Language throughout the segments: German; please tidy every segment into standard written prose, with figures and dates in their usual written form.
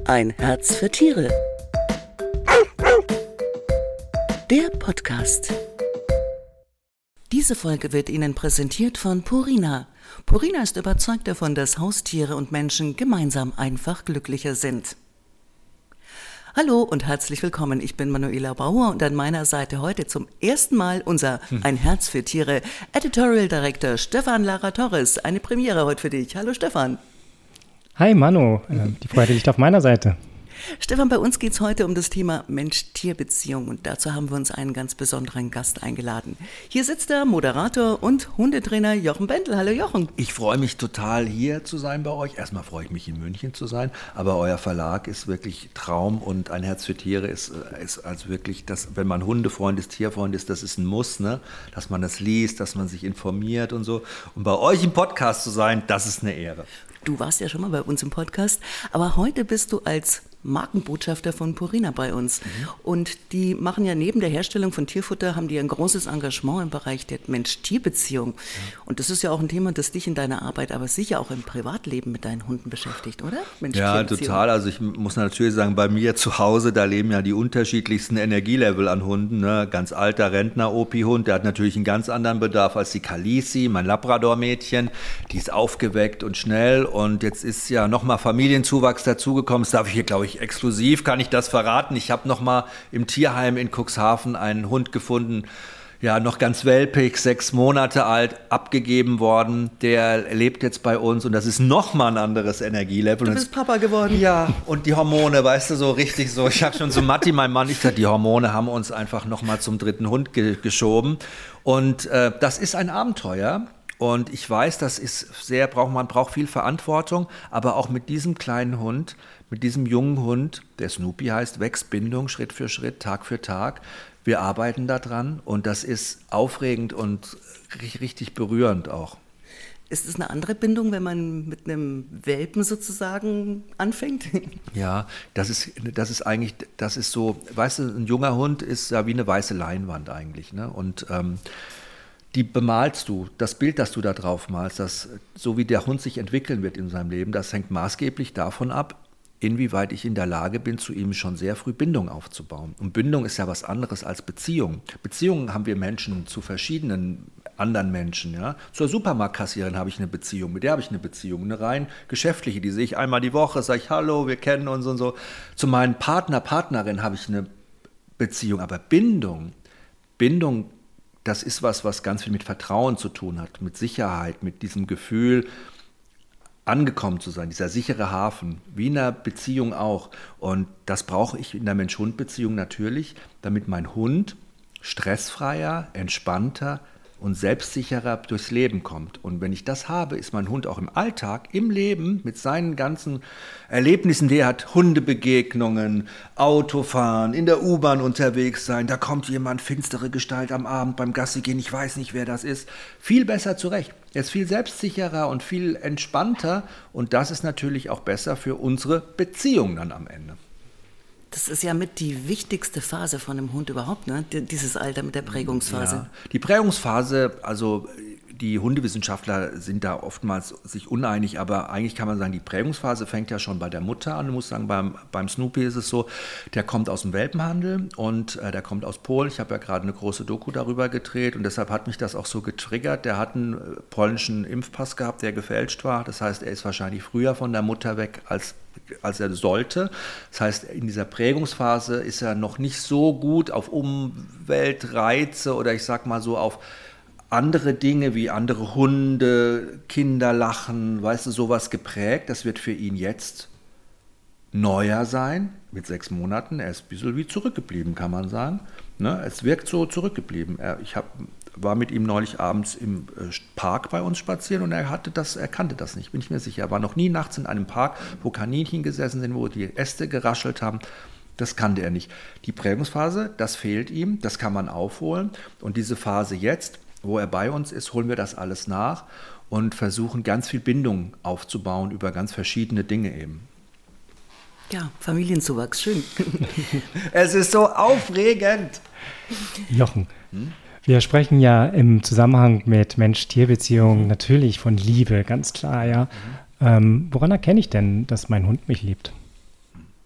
Ein Herz für Tiere. Der Podcast. Diese Folge wird Ihnen präsentiert von Purina. Purina ist überzeugt davon, dass Haustiere und Menschen gemeinsam einfach glücklicher sind. Hallo und herzlich willkommen, ich bin Manuela Bauer und an meiner Seite heute zum ersten Mal unser Ein Herz für Tiere Editorial Director Stefan Lara Torres. Eine Premiere heute für dich. Hallo Stefan. Hi Manu, die Freude liegt auf meiner Seite. Stefan, bei uns geht es heute um das Thema Mensch-Tier-Beziehung und dazu haben wir uns einen ganz besonderen Gast eingeladen. Hier sitzt der Moderator und Hundetrainer Jochen Bendel. Hallo Jochen. Ich freue mich total, hier zu sein bei euch. Erstmal freue ich mich, in München zu sein, aber euer Verlag ist wirklich Traum und Ein Herz für Tiere ist also wirklich, wenn man Hundefreund ist, Tierfreund ist, das ist ein Muss, ne? Dass man das liest, dass man sich informiert und so. Und bei euch im Podcast zu sein, das ist eine Ehre. Du warst ja schon mal bei uns im Podcast, aber heute bist du als Markenbotschafter von Purina bei uns. Und die machen ja neben der Herstellung von Tierfutter, haben die ein großes Engagement im Bereich der Mensch-Tier-Beziehung. Und das ist ja auch ein Thema, das dich in deiner Arbeit, aber sicher auch im Privatleben mit deinen Hunden beschäftigt, oder? Ja, total. Also ich muss natürlich sagen, bei mir zu Hause, da leben ja die unterschiedlichsten Energielevel an Hunden. Ne? Ganz alter Rentner-Opi-Hund, der hat natürlich einen ganz anderen Bedarf als die Khaleesi, mein Labrador-Mädchen. Die ist aufgeweckt und schnell. Und jetzt ist ja nochmal Familienzuwachs dazugekommen. Das darf ich hier, glaube ich, exklusiv kann ich das verraten. Ich habe noch mal im Tierheim in Cuxhaven einen Hund gefunden, ja, noch ganz welpig, 6 Monate alt, abgegeben worden. Der lebt jetzt bei uns und das ist noch mal ein anderes Energielevel. Du bist Papa geworden. Ja, und die Hormone, weißt du, so richtig so. Ich habe schon so Matti, mein Mann, ich sage, die Hormone haben uns einfach noch mal zum 3. Hund geschoben. Und das ist ein Abenteuer. Und ich weiß, das ist man braucht viel Verantwortung, aber auch mit diesem kleinen Hund, mit diesem jungen Hund, der Snoopy heißt, wächst Bindung Schritt für Schritt, Tag für Tag. Wir arbeiten daran und das ist aufregend und richtig berührend auch. Ist es eine andere Bindung, wenn man mit einem Welpen sozusagen anfängt? Ja, das ist so, weißt du, ein junger Hund ist ja wie eine weiße Leinwand eigentlich, ne? Und die bemalst du, das Bild, das du da drauf malst, so wie der Hund sich entwickeln wird in seinem Leben, das hängt maßgeblich davon ab, inwieweit ich in der Lage bin, zu ihm schon sehr früh Bindung aufzubauen. Und Bindung ist ja was anderes als Beziehung. Beziehungen haben wir Menschen zu verschiedenen anderen Menschen. Ja? Zur Supermarktkassiererin habe ich eine Beziehung, mit der habe ich eine Beziehung, eine rein geschäftliche, die sehe ich einmal die Woche, sage ich Hallo, wir kennen uns und so. Zu meinem Partnerin habe ich eine Beziehung, aber Bindung, das ist was ganz viel mit Vertrauen zu tun hat, mit Sicherheit, mit diesem Gefühl, angekommen zu sein, dieser sichere Hafen, wie in einer Beziehung auch. Und das brauche ich in der Mensch-Hund-Beziehung natürlich, damit mein Hund stressfreier, entspannter und selbstsicherer durchs Leben kommt. Und wenn ich das habe, ist mein Hund auch im Alltag, im Leben, mit seinen ganzen Erlebnissen, die er hat, Hundebegegnungen, Autofahren, in der U-Bahn unterwegs sein, da kommt jemand, finstere Gestalt am Abend beim Gassi gehen, ich weiß nicht, wer das ist, viel besser zurecht. Er ist viel selbstsicherer und viel entspannter und das ist natürlich auch besser für unsere Beziehung dann am Ende. Das ist ja mit die wichtigste Phase von einem Hund überhaupt, ne? Dieses Alter mit der Prägungsphase. Ja, die Prägungsphase, also die Hundewissenschaftler sind da oftmals sich uneinig, aber eigentlich kann man sagen, die Prägungsphase fängt ja schon bei der Mutter an. Ich muss sagen, beim Snoopy ist es so, der kommt aus dem Welpenhandel und der kommt aus Polen. Ich habe ja gerade eine große Doku darüber gedreht und deshalb hat mich das auch so getriggert. Der hat einen polnischen Impfpass gehabt, der gefälscht war. Das heißt, er ist wahrscheinlich früher von der Mutter weg als er sollte. Das heißt, in dieser Prägungsphase ist er noch nicht so gut auf Umweltreize oder ich sag mal so auf andere Dinge wie andere Hunde, Kinder lachen, weißt du, sowas geprägt. Das wird für ihn jetzt neuer sein, mit 6 Monaten. Er ist ein bisschen wie zurückgeblieben, kann man sagen. Ne? Es wirkt so zurückgeblieben. War mit ihm neulich abends im Park bei uns spazieren und er kannte das nicht, bin ich mir sicher. Er war noch nie nachts in einem Park, wo Kaninchen gesessen sind, wo die Äste geraschelt haben. Das kannte er nicht. Die Prägungsphase, das fehlt ihm, das kann man aufholen. Und diese Phase jetzt, wo er bei uns ist, holen wir das alles nach und versuchen ganz viel Bindung aufzubauen über ganz verschiedene Dinge eben. Ja, Familienzuwachs, schön. Es ist so aufregend. Jochen, wir sprechen ja im Zusammenhang mit Mensch-Tier-Beziehungen natürlich von Liebe, ganz klar, ja. Woran erkenne ich denn, dass mein Hund mich liebt?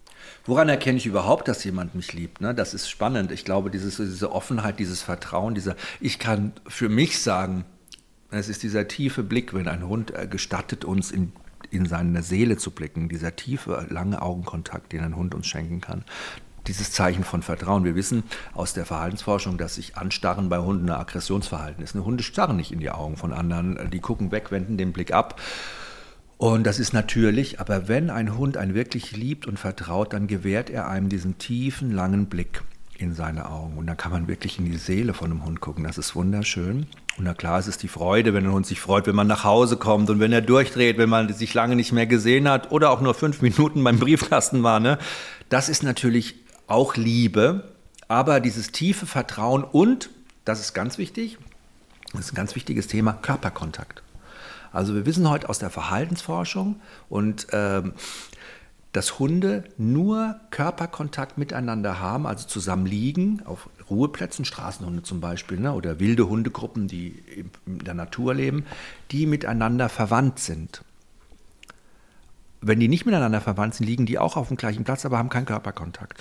Woran erkenne ich überhaupt, dass jemand mich liebt? Ne? Das ist spannend. Ich glaube, diese Offenheit, dieses Vertrauen, ich kann für mich sagen, es ist dieser tiefe Blick, wenn ein Hund gestattet uns in seine Seele zu blicken, dieser tiefe, lange Augenkontakt, den ein Hund uns schenken kann. Dieses Zeichen von Vertrauen. Wir wissen aus der Verhaltensforschung, dass sich Anstarren bei Hunden ein Aggressionsverhalten ist. Hunde starren nicht in die Augen von anderen, die gucken weg, wenden den Blick ab. Und das ist natürlich, aber wenn ein Hund einen wirklich liebt und vertraut, dann gewährt er einem diesen tiefen, langen Blick in seine Augen. Und dann kann man wirklich in die Seele von einem Hund gucken. Das ist wunderschön. Und na klar, es ist die Freude, wenn ein Hund sich freut, wenn man nach Hause kommt und wenn er durchdreht, wenn man sich lange nicht mehr gesehen hat oder auch nur 5 Minuten beim Briefkasten war. Ne? Das ist natürlich auch Liebe, aber dieses tiefe Vertrauen und, das ist ganz wichtig, das ist ein ganz wichtiges Thema, Körperkontakt. Also wir wissen heute aus der Verhaltensforschung und dass Hunde nur Körperkontakt miteinander haben, also zusammen liegen, auf Ruheplätzen, Straßenhunde zum Beispiel, ne, oder wilde Hundegruppen, die in der Natur leben, die miteinander verwandt sind. Wenn die nicht miteinander verwandt sind, liegen die auch auf dem gleichen Platz, aber haben keinen Körperkontakt.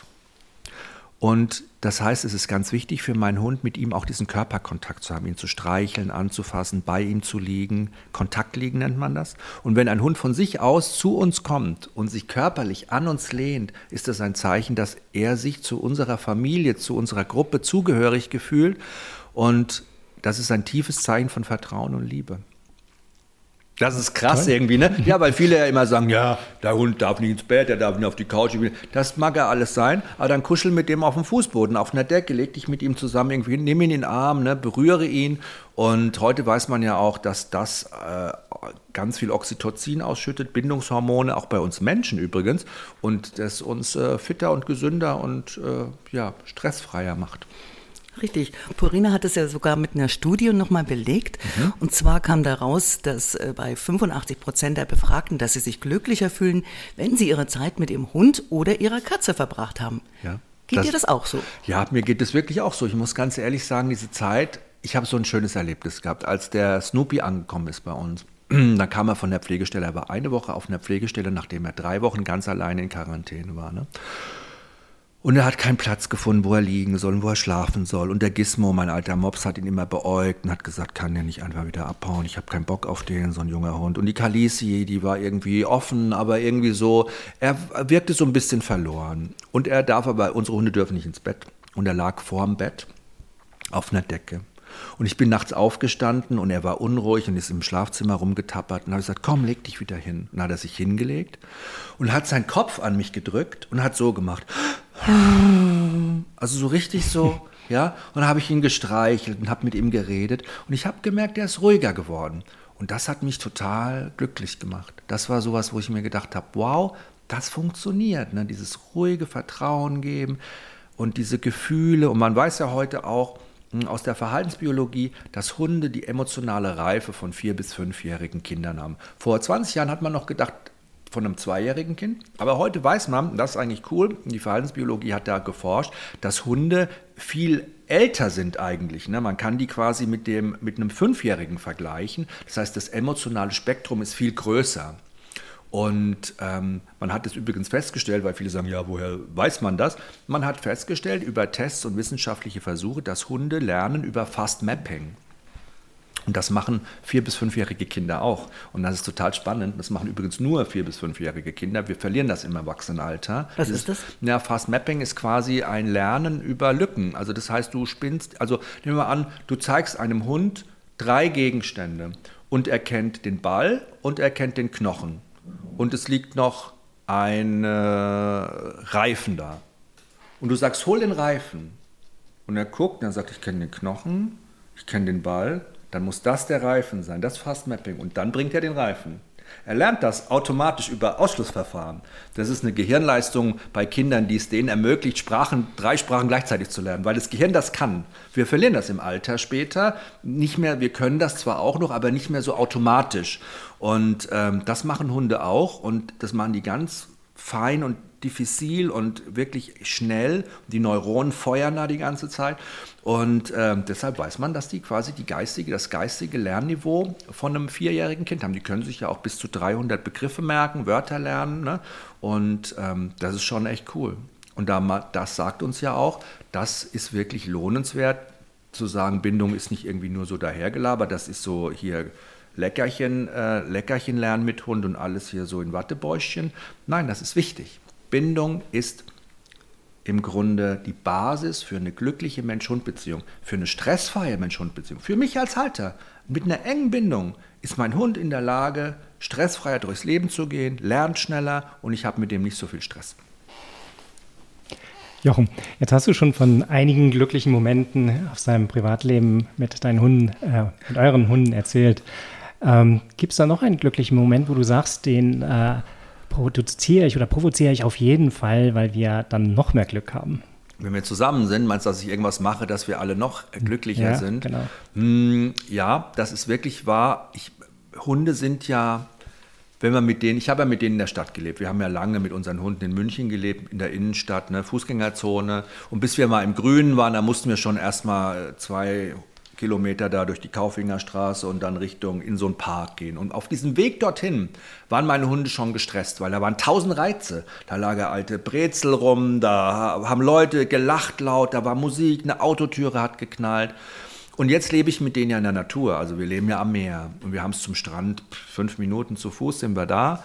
Und das heißt, es ist ganz wichtig für meinen Hund, mit ihm auch diesen Körperkontakt zu haben, ihn zu streicheln, anzufassen, bei ihm zu liegen. Kontakt liegen nennt man das. Und wenn ein Hund von sich aus zu uns kommt und sich körperlich an uns lehnt, ist das ein Zeichen, dass er sich zu unserer Familie, zu unserer Gruppe zugehörig fühlt. Und das ist ein tiefes Zeichen von Vertrauen und Liebe. Das ist krass toll. Irgendwie, ne? Ja, weil viele ja immer sagen, ja, der Hund darf nicht ins Bett, der darf nicht auf die Couch. Das mag ja alles sein, aber dann kuschel mit dem auf dem Fußboden, auf einer Decke, leg dich mit ihm zusammen irgendwie hin, nimm ihn in den Arm, ne, berühre ihn. Und heute weiß man ja auch, dass das ganz viel Oxytocin ausschüttet, Bindungshormone, auch bei uns Menschen übrigens, und das uns fitter und gesünder und stressfreier macht. Richtig. Purina hat es ja sogar mit einer Studie nochmal belegt. Und zwar kam da raus, dass bei 85% der Befragten, dass sie sich glücklicher fühlen, wenn sie ihre Zeit mit ihrem Hund oder ihrer Katze verbracht haben. Ja, geht dir das auch so? Ja, mir geht es wirklich auch so. Ich muss ganz ehrlich sagen, diese Zeit, ich habe so ein schönes Erlebnis gehabt, als der Snoopy angekommen ist bei uns. Dann kam er von der Pflegestelle, er war eine Woche auf einer Pflegestelle, nachdem er 3 Wochen ganz alleine in Quarantäne war, ne? Und er hat keinen Platz gefunden, wo er liegen soll und wo er schlafen soll. Und der Gizmo, mein alter Mops, hat ihn immer beäugt und hat gesagt, kann der nicht einfach wieder abhauen, ich habe keinen Bock auf den, so ein junger Hund. Und die Khaleesi, die war irgendwie offen, aber irgendwie so, er wirkte so ein bisschen verloren. Und er darf aber, unsere Hunde dürfen nicht ins Bett. Und er lag vorm Bett auf einer Decke. Und ich bin nachts aufgestanden und er war unruhig und ist im Schlafzimmer rumgetappert. Und habe gesagt, komm, leg dich wieder hin. Und dann hat er sich hingelegt und hat seinen Kopf an mich gedrückt und hat so gemacht. Also so richtig so, ja. Und dann habe ich ihn gestreichelt und habe mit ihm geredet. Und ich habe gemerkt, er ist ruhiger geworden. Und das hat mich total glücklich gemacht. Das war sowas, wo ich mir gedacht habe, wow, das funktioniert. Ne? Dieses ruhige Vertrauen geben und diese Gefühle. Und man weiß ja heute auch, aus der Verhaltensbiologie, dass Hunde die emotionale Reife von 4- bis 5-jährigen Kindern haben. Vor 20 Jahren hat man noch gedacht, von einem 2-jährigen Kind. Aber heute weiß man, das ist eigentlich cool, die Verhaltensbiologie hat da geforscht, dass Hunde viel älter sind eigentlich. Ne? Man kann die quasi mit einem 5-jährigen vergleichen. Das heißt, das emotionale Spektrum ist viel größer. Und man hat es übrigens festgestellt, weil viele sagen, ja, woher weiß man das? Man hat festgestellt über Tests und wissenschaftliche Versuche, dass Hunde lernen über Fast Mapping. Und das machen 4- bis 5-jährige Kinder auch. Und das ist total spannend. Das machen übrigens nur 4- bis 5-jährige Kinder. Wir verlieren das im Erwachsenenalter. Was ist das? Ja, Fast Mapping ist quasi ein Lernen über Lücken. Also das heißt, du spinnst, also nehmen wir an, du zeigst einem Hund 3 Gegenstände und er kennt den Ball und er kennt den Knochen. Und es liegt noch ein Reifen da. Und du sagst, hol den Reifen. Und er guckt und er sagt, ich kenne den Knochen, ich kenne den Ball, dann muss das der Reifen sein, das Fast Mapping. Und dann bringt er den Reifen. Er lernt das automatisch über Ausschlussverfahren. Das ist eine Gehirnleistung bei Kindern, die es denen ermöglicht, 3 Sprachen gleichzeitig zu lernen, weil das Gehirn das kann. Wir verlieren das im Alter später. Nicht mehr, wir können das zwar auch noch, aber nicht mehr so automatisch. Und das machen Hunde auch und das machen die ganz fein und diffizil und wirklich schnell. Die Neuronen feuern da die ganze Zeit. Und deshalb weiß man, dass die quasi das geistige Lernniveau von einem 4-jährigen Kind haben. Die können sich ja auch bis zu 300 Begriffe merken, Wörter lernen. Ne? Und das ist schon echt cool. Und das sagt uns ja auch, das ist wirklich lohnenswert, zu sagen, Bindung ist nicht irgendwie nur so dahergelabert, das ist so hier Leckerchen lernen mit Hund und alles hier so in Wattebäuschen. Nein, das ist wichtig. Bindung ist im Grunde die Basis für eine glückliche Mensch-Hund-Beziehung, für eine stressfreie Mensch-Hund-Beziehung. Für mich als Halter mit einer engen Bindung ist mein Hund in der Lage, stressfreier durchs Leben zu gehen, lernt schneller und ich habe mit dem nicht so viel Stress. Jochen, jetzt hast du schon von einigen glücklichen Momenten aus deinem Privatleben mit deinen Hunden, mit euren Hunden erzählt. Gibt es da noch einen glücklichen Moment, wo du sagst, den provoziere ich auf jeden Fall, weil wir dann noch mehr Glück haben? Wenn wir zusammen sind, meinst du, dass ich irgendwas mache, dass wir alle noch glücklicher sind? Genau. Ja, das ist wirklich wahr. Hunde sind ja, ich habe ja mit denen in der Stadt gelebt. Wir haben ja lange mit unseren Hunden in München gelebt, in der Innenstadt, ne, Fußgängerzone. Und bis wir mal im Grünen waren, da mussten wir schon erstmal 2 Kilometer da durch die Kaufingerstraße und dann in so einen Park gehen. Und auf diesem Weg dorthin waren meine Hunde schon gestresst, weil da waren 1000 Reize. Da lag eine alte Brezel rum, da haben Leute gelacht laut, da war Musik, eine Autotüre hat geknallt. Und jetzt lebe ich mit denen ja in der Natur, also wir leben ja am Meer und wir haben es zum Strand, 5 Minuten zu Fuß sind wir da.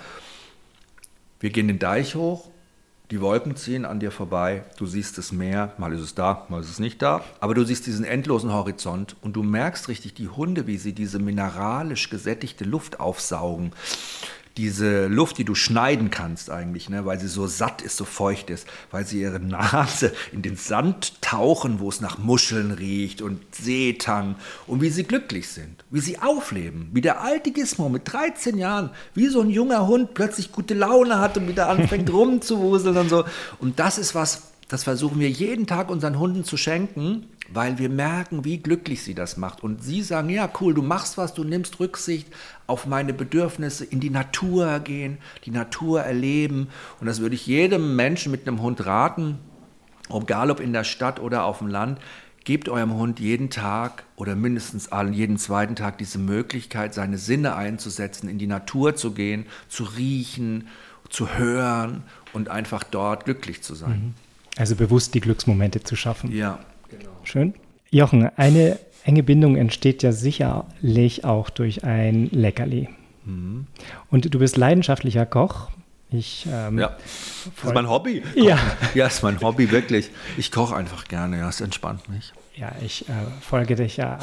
Wir gehen den Deich hoch, die Wolken ziehen an dir vorbei, du siehst das Meer, mal ist es da, mal ist es nicht da, aber du siehst diesen endlosen Horizont und du merkst richtig die Hunde, wie sie diese mineralisch gesättigte Luft aufsaugen. Diese Luft, die du schneiden kannst eigentlich, ne, weil sie so satt ist, so feucht ist, weil sie ihre Nase in den Sand tauchen, wo es nach Muscheln riecht und Seetang und wie sie glücklich sind, wie sie aufleben, wie der alte Gizmo mit 13 Jahren, wie so ein junger Hund plötzlich gute Laune hat und wieder anfängt rumzuwuseln und so. Und das ist was, das versuchen wir jeden Tag unseren Hunden zu schenken, weil wir merken, wie glücklich sie das macht. Und sie sagen, ja cool, du machst was, du nimmst Rücksicht auf meine Bedürfnisse, in die Natur gehen, die Natur erleben. Und das würde ich jedem Menschen mit einem Hund raten, egal ob in der Stadt oder auf dem Land, gebt eurem Hund jeden Tag oder mindestens jeden zweiten Tag diese Möglichkeit, seine Sinne einzusetzen, in die Natur zu gehen, zu riechen, zu hören und einfach dort glücklich zu sein. Also bewusst die Glücksmomente zu schaffen. Ja, genau. Schön. Jochen, eine enge Bindung entsteht ja sicherlich auch durch ein Leckerli. Und du bist leidenschaftlicher Koch. Ja, das ist mein Hobby. Ja, das ist mein Hobby, wirklich. Ich koche einfach gerne, ja, es entspannt mich. Ja, ich folge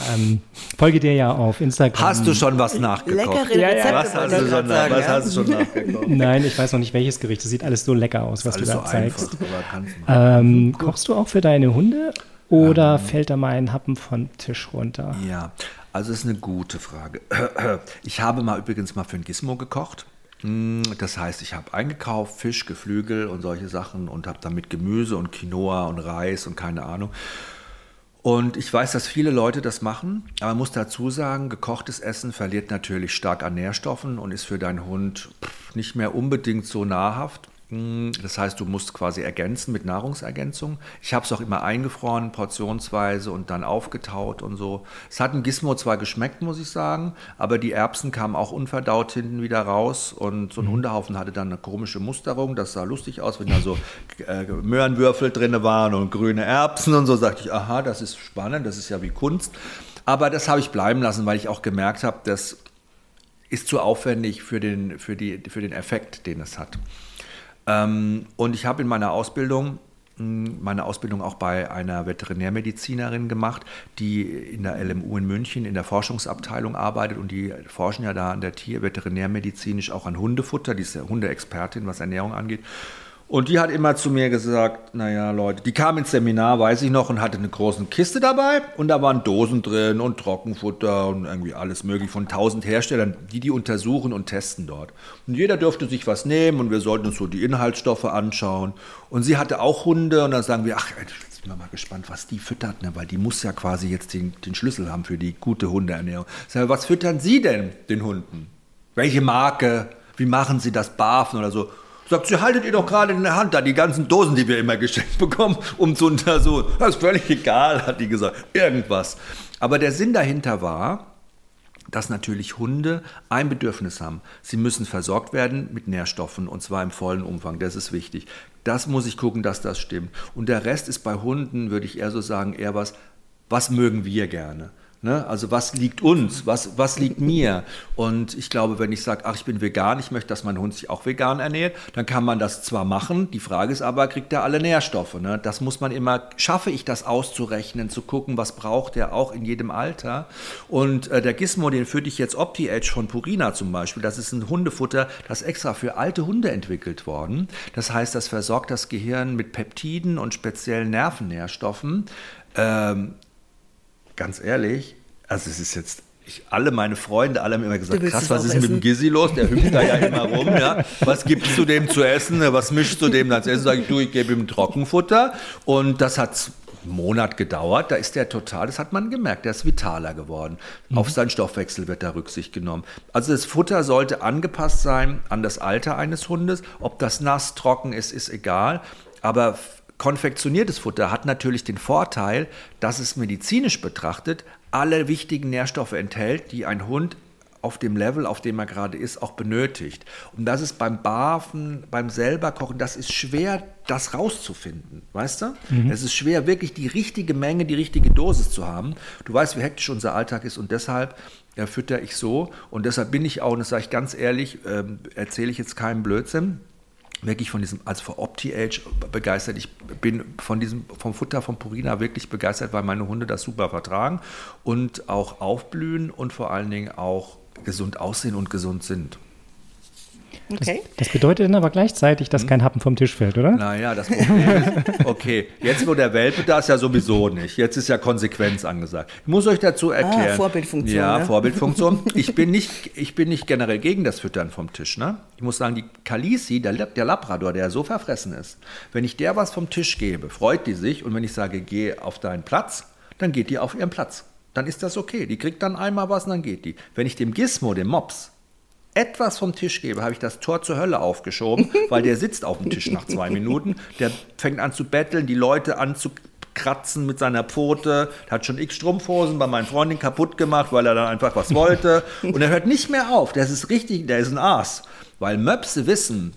dir ja auf Instagram. Hast du schon was nachgekocht? Leckere Rezepte, Was hast du schon nachgekocht? Nein, ich weiß noch nicht, welches Gericht. Das sieht alles so lecker aus, was du da zeigst. Einfach, kochst du auch für deine Hunde oder fällt da mal ein Happen vom Tisch runter? Ja, also das ist eine gute Frage. Ich habe übrigens mal für ein Gizmo gekocht. Das heißt, ich habe eingekauft, Fisch, Geflügel und solche Sachen und habe damit Gemüse und Quinoa und Reis und keine Ahnung. Und ich weiß, dass viele Leute das machen, aber man muss dazu sagen, gekochtes Essen verliert natürlich stark an Nährstoffen und ist für deinen Hund nicht mehr unbedingt so nahrhaft. Das heißt, du musst quasi ergänzen mit Nahrungsergänzung. Ich habe es auch immer eingefroren, portionsweise und dann aufgetaut und so. Es hat ein Gizmo zwar geschmeckt, muss ich sagen, aber die Erbsen kamen auch unverdaut hinten wieder raus und so ein Hundehaufen hatte dann eine komische Musterung. Das sah lustig aus, wenn da so Möhrenwürfel drin waren und grüne Erbsen und so. Sagte ich, aha, das ist spannend, das ist ja wie Kunst. Aber das habe ich bleiben lassen, weil ich auch gemerkt habe, das ist zu aufwendig für den Effekt, den es hat. Und ich habe in meiner Ausbildung auch bei einer Veterinärmedizinerin gemacht, die in der LMU in München in der Forschungsabteilung arbeitet und die forschen ja da an der veterinärmedizinisch auch an Hundefutter, die ist ja Hundeexpertin, was Ernährung angeht. Und die hat immer zu mir gesagt, naja Leute, die kam ins Seminar, weiß ich noch, und hatte eine große Kiste dabei und da waren Dosen drin und Trockenfutter und irgendwie alles mögliche von 1000 Herstellern, die untersuchen und testen dort. Und jeder dürfte sich was nehmen und wir sollten uns so die Inhaltsstoffe anschauen. Und sie hatte auch Hunde und dann sagen wir, ach, jetzt bin ich mal gespannt, was die füttert, ne? Weil die muss ja quasi jetzt den Schlüssel haben für die gute Hundeernährung. Sagen wir, was füttern Sie denn den Hunden? Welche Marke? Wie machen Sie das? Barfen oder so? Sagt sie, haltet ihr doch gerade in der Hand da die ganzen Dosen, die wir immer geschenkt bekommen, um zu untersuchen. Das ist völlig egal, hat die gesagt. Irgendwas. Aber der Sinn dahinter war, dass natürlich Hunde ein Bedürfnis haben. Sie müssen versorgt werden mit Nährstoffen und zwar im vollen Umfang. Das ist wichtig. Das muss ich gucken, dass das stimmt. Und der Rest ist bei Hunden, würde ich eher so sagen, eher was mögen wir gerne. Ne? Also was liegt uns, was liegt mir? Und ich glaube, wenn ich sage, ich bin vegan, ich möchte, dass mein Hund sich auch vegan ernährt, dann kann man das zwar machen, die Frage ist aber, kriegt er alle Nährstoffe? Ne? Das muss man immer, schaffe ich das auszurechnen, zu gucken, was braucht er auch in jedem Alter? Und der Gizmo, den führe ich jetzt OptiEdge von Purina zum Beispiel, das ist ein Hundefutter, das extra für alte Hunde entwickelt worden. Das heißt, das versorgt das Gehirn mit Peptiden und speziellen Nervennährstoffen. Ganz ehrlich, also es ist jetzt, alle meine Freunde, alle haben immer gesagt, krass, was ist mit dem Gizzi los? Der hüpft da ja immer rum. Ja. Was gibst du dem zu essen? Was mischst du dem dann zu essen? Sag ich, ich gebe ihm Trockenfutter. Und das hat einen Monat gedauert. Da ist der total, das hat man gemerkt, der ist vitaler geworden. Auf seinen Stoffwechsel wird da Rücksicht genommen. Also das Futter sollte angepasst sein an das Alter eines Hundes. Ob das nass, trocken ist egal. Aber konfektioniertes Futter hat natürlich den Vorteil, dass es medizinisch betrachtet alle wichtigen Nährstoffe enthält, die ein Hund auf dem Level, auf dem er gerade ist, auch benötigt. Und das ist beim Barfen, beim selber Kochen, das ist schwer, das rauszufinden, weißt du? Es ist schwer, wirklich die richtige Menge, die richtige Dosis zu haben. Du weißt, wie hektisch unser Alltag ist und deshalb fütter ich so. Und deshalb bin ich auch, und das sage ich ganz ehrlich, erzähle ich jetzt keinen Blödsinn, wirklich von diesem, als für OptiEdge begeistert. Ich bin vom Futter von Purina wirklich begeistert, weil meine Hunde das super vertragen und auch aufblühen und vor allen Dingen auch gesund aussehen und gesund sind. Okay. Das bedeutet dann aber gleichzeitig, dass kein Happen vom Tisch fällt, oder? Naja, das Problem ist, okay, jetzt wo der Welpe da ist, ja sowieso nicht. Jetzt ist ja Konsequenz angesagt. Ich muss euch dazu erklären. Vorbildfunktion. Ja, ne? Vorbildfunktion. Ich bin nicht generell gegen das Füttern vom Tisch. Ne? Ich muss sagen, die Khaleesi, der Labrador, der so verfressen ist, wenn ich der was vom Tisch gebe, freut die sich. Und wenn ich sage, geh auf deinen Platz, dann geht die auf ihren Platz. Dann ist das okay. Die kriegt dann einmal was und dann geht die. Wenn ich dem Gizmo, dem Mops, etwas vom Tisch gebe, habe ich das Tor zur Hölle aufgeschoben, weil der sitzt auf dem Tisch nach 2 Minuten, der fängt an zu betteln, die Leute an zu kratzen mit seiner Pfote, der hat schon x Strumpfhosen bei meinen Freundin kaputt gemacht, weil er dann einfach was wollte und er hört nicht mehr auf, der ist ein Aas, weil Möpse wissen,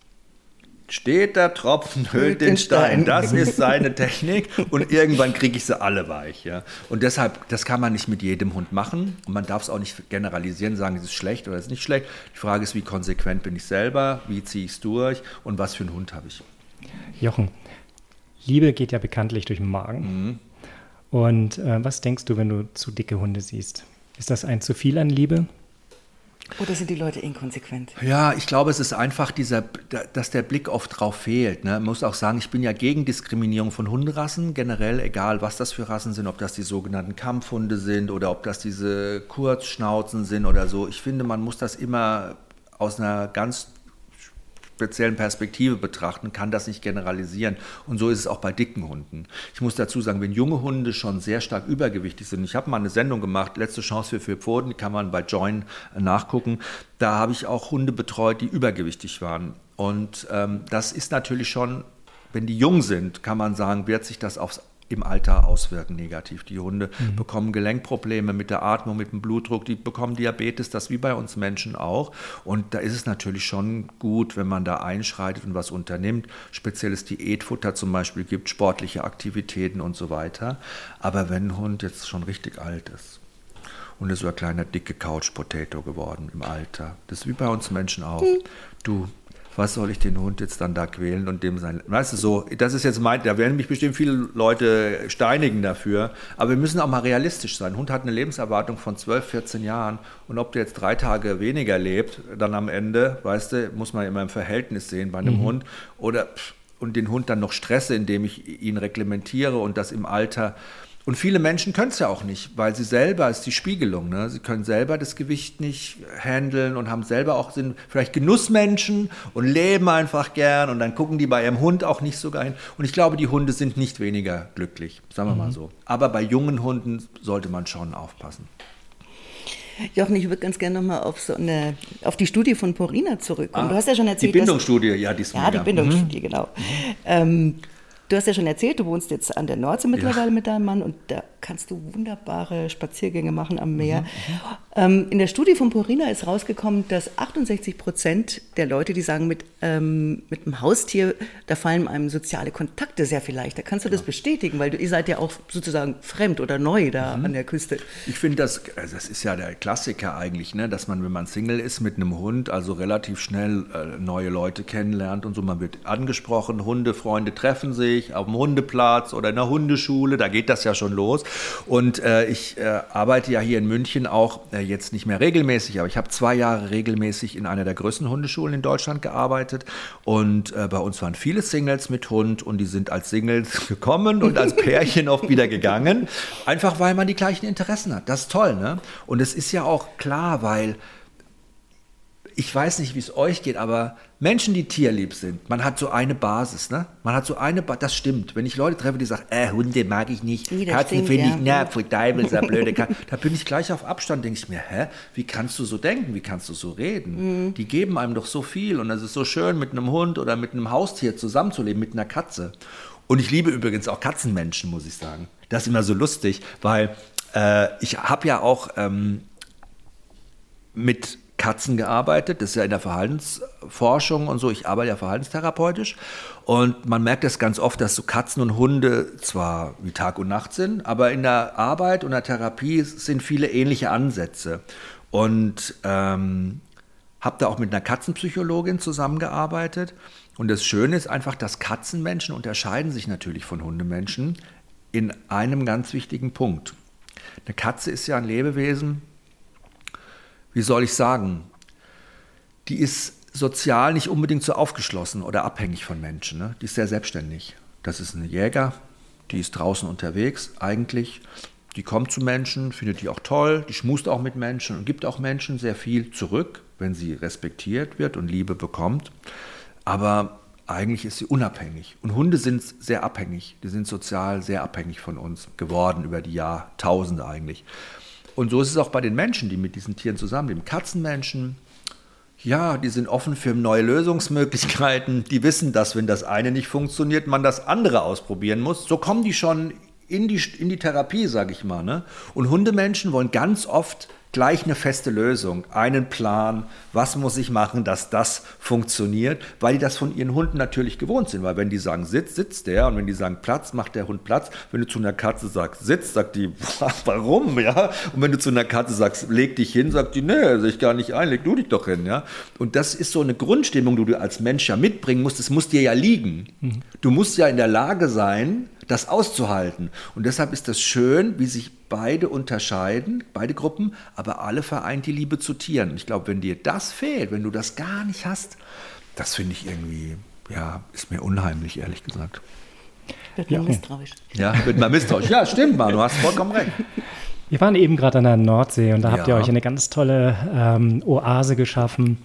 steht der Tropfen, hüllt den Stein. Das ist seine Technik und irgendwann kriege ich sie alle weich. Ja. Und deshalb, das kann man nicht mit jedem Hund machen und man darf es auch nicht generalisieren, sagen, es ist schlecht oder es ist nicht schlecht. Die Frage ist, wie konsequent bin ich selber, wie ziehe ich es durch und was für einen Hund habe ich. Jochen, Liebe geht ja bekanntlich durch den Magen. Und was denkst du, wenn du zu dicke Hunde siehst? Ist das ein zu viel an Liebe? Oder sind die Leute inkonsequent? Ja, ich glaube, es ist einfach dass der Blick oft drauf fehlt. Ne? Man muss auch sagen, ich bin ja gegen Diskriminierung von Hunderassen, generell, egal was das für Rassen sind, ob das die sogenannten Kampfhunde sind oder ob das diese Kurzschnauzen sind oder so. Ich finde, man muss das immer aus einer ganz speziellen Perspektive betrachten, kann das nicht generalisieren. Und so ist es auch bei dicken Hunden. Ich muss dazu sagen, wenn junge Hunde schon sehr stark übergewichtig sind, ich habe mal eine Sendung gemacht, letzte Chance für Pfoten, die kann man bei Join nachgucken, da habe ich auch Hunde betreut, die übergewichtig waren. Und das ist natürlich schon, wenn die jung sind, kann man sagen, wird sich das im Alter auswirken negativ. Die Hunde bekommen Gelenkprobleme mit der Atmung, mit dem Blutdruck, die bekommen Diabetes, das wie bei uns Menschen auch. Und da ist es natürlich schon gut, wenn man da einschreitet und was unternimmt, spezielles Diätfutter zum Beispiel gibt, sportliche Aktivitäten und so weiter. Aber wenn ein Hund jetzt schon richtig alt ist und ist so ein kleiner, dicke Couch-Potato geworden im Alter, das ist wie bei uns Menschen auch. Du, was soll ich den Hund jetzt dann da quälen und dem sein, weißt du, so, das ist jetzt da werden mich bestimmt viele Leute steinigen dafür, aber wir müssen auch mal realistisch sein. Ein Hund hat eine Lebenserwartung von 12, 14 Jahren und ob der jetzt 3 Tage weniger lebt, dann am Ende, weißt du, muss man immer im Verhältnis sehen bei einem Hund und den Hund dann noch stresse, indem ich ihn reglementiere und das im Alter. Und viele Menschen können es ja auch nicht, weil sie selber, ist die Spiegelung, ne? Sie können selber das Gewicht nicht handeln und haben selber auch, sind vielleicht Genussmenschen und leben einfach gern und dann gucken die bei ihrem Hund auch nicht sogar hin. Und ich glaube, die Hunde sind nicht weniger glücklich, sagen wir mal so. Aber bei jungen Hunden sollte man schon aufpassen. Jochen, ich würde ganz gerne nochmal auf die Studie von Porina zurückkommen. Du hast ja schon erzählt, die Bindungsstudie, ja, diesmal. Ja, die Bindungsstudie, genau. Du hast ja schon erzählt, du wohnst jetzt an der Nordsee mittlerweile mit deinem Mann und da kannst du wunderbare Spaziergänge machen am Meer. In der Studie von Porina ist rausgekommen, dass 68% der Leute, die sagen, mit einem Haustier, da fallen einem soziale Kontakte sehr viel leichter. Kannst du das bestätigen? Weil ihr seid ja auch sozusagen fremd oder neu da an der Küste. Ich finde, das ist ja der Klassiker eigentlich, ne? Dass man, wenn man Single ist mit einem Hund, also relativ schnell neue Leute kennenlernt und so. Man wird angesprochen, Hundefreunde treffen sich auf dem Hundeplatz oder in der Hundeschule, da geht das ja schon los. Und ich arbeite ja hier in München auch jetzt nicht mehr regelmäßig, aber ich habe 2 Jahre regelmäßig in einer der größten Hundeschulen in Deutschland gearbeitet und bei uns waren viele Singles mit Hund und die sind als Singles gekommen und als Pärchen oft wieder gegangen, einfach weil man die gleichen Interessen hat. Das ist toll, ne? Und es ist ja auch klar, weil ich weiß nicht, wie es euch geht, aber Menschen, die tierlieb sind, man hat so eine Basis, ne? Man hat so eine das stimmt. Wenn ich Leute treffe, die sagen, Hunde mag ich nicht, Katzen finde ich, Teufel, so blöde Katzen, da bin ich gleich auf Abstand, denke ich mir, wie kannst du so denken, wie kannst du so reden? Die geben einem doch so viel und es ist so schön, mit einem Hund oder mit einem Haustier zusammenzuleben, mit einer Katze. Und ich liebe übrigens auch Katzenmenschen, muss ich sagen. Das ist immer so lustig, weil ich habe ja auch mit Katzen gearbeitet, das ist ja in der Verhaltensforschung und so, ich arbeite ja verhaltenstherapeutisch und man merkt das ganz oft, dass so Katzen und Hunde zwar wie Tag und Nacht sind, aber in der Arbeit und der Therapie sind viele ähnliche Ansätze und habe da auch mit einer Katzenpsychologin zusammengearbeitet und das Schöne ist einfach, dass Katzenmenschen unterscheiden sich natürlich von Hundemenschen in einem ganz wichtigen Punkt. Eine Katze ist ja ein Lebewesen, wie soll ich sagen, die ist sozial nicht unbedingt so aufgeschlossen oder abhängig von Menschen. Ne? Die ist sehr selbstständig. Das ist eine Jäger, die ist draußen unterwegs eigentlich. Die kommt zu Menschen, findet die auch toll, die schmust auch mit Menschen und gibt auch Menschen sehr viel zurück, wenn sie respektiert wird und Liebe bekommt. Aber eigentlich ist sie unabhängig. Und Hunde sind sehr abhängig. Die sind sozial sehr abhängig von uns geworden über die Jahrtausende eigentlich. Und so ist es auch bei den Menschen, die mit diesen Tieren zusammenleben. Katzenmenschen, ja, die sind offen für neue Lösungsmöglichkeiten. Die wissen, dass, wenn das eine nicht funktioniert, man das andere ausprobieren muss. So kommen die schon in die Therapie, sage ich mal. Ne? Und Hundemenschen wollen ganz oft gleich eine feste Lösung, einen Plan, was muss ich machen, dass das funktioniert, weil die das von ihren Hunden natürlich gewohnt sind, weil wenn die sagen Sitz, sitzt der und wenn die sagen Platz, macht der Hund Platz, wenn du zu einer Katze sagst Sitz, sagt die, warum, ja, und wenn du zu einer Katze sagst, leg dich hin, sagt die, nee, sehe ich gar nicht ein, leg du dich doch hin, ja, und das ist so eine Grundstimmung, die du als Mensch ja mitbringen musst, das muss dir ja liegen, du musst ja in der Lage sein, das auszuhalten. Und deshalb ist das schön, wie sich beide unterscheiden, beide Gruppen, aber alle vereint die Liebe zu Tieren. Und ich glaube, wenn dir das fehlt, wenn du das gar nicht hast, das finde ich irgendwie, ja, ist mir unheimlich, ehrlich gesagt. Wird man misstrauisch. Ja, wird man misstrauisch. Ja, stimmt, Mann, du hast vollkommen recht. Wir waren eben gerade an der Nordsee und da habt ihr euch eine ganz tolle Oase geschaffen.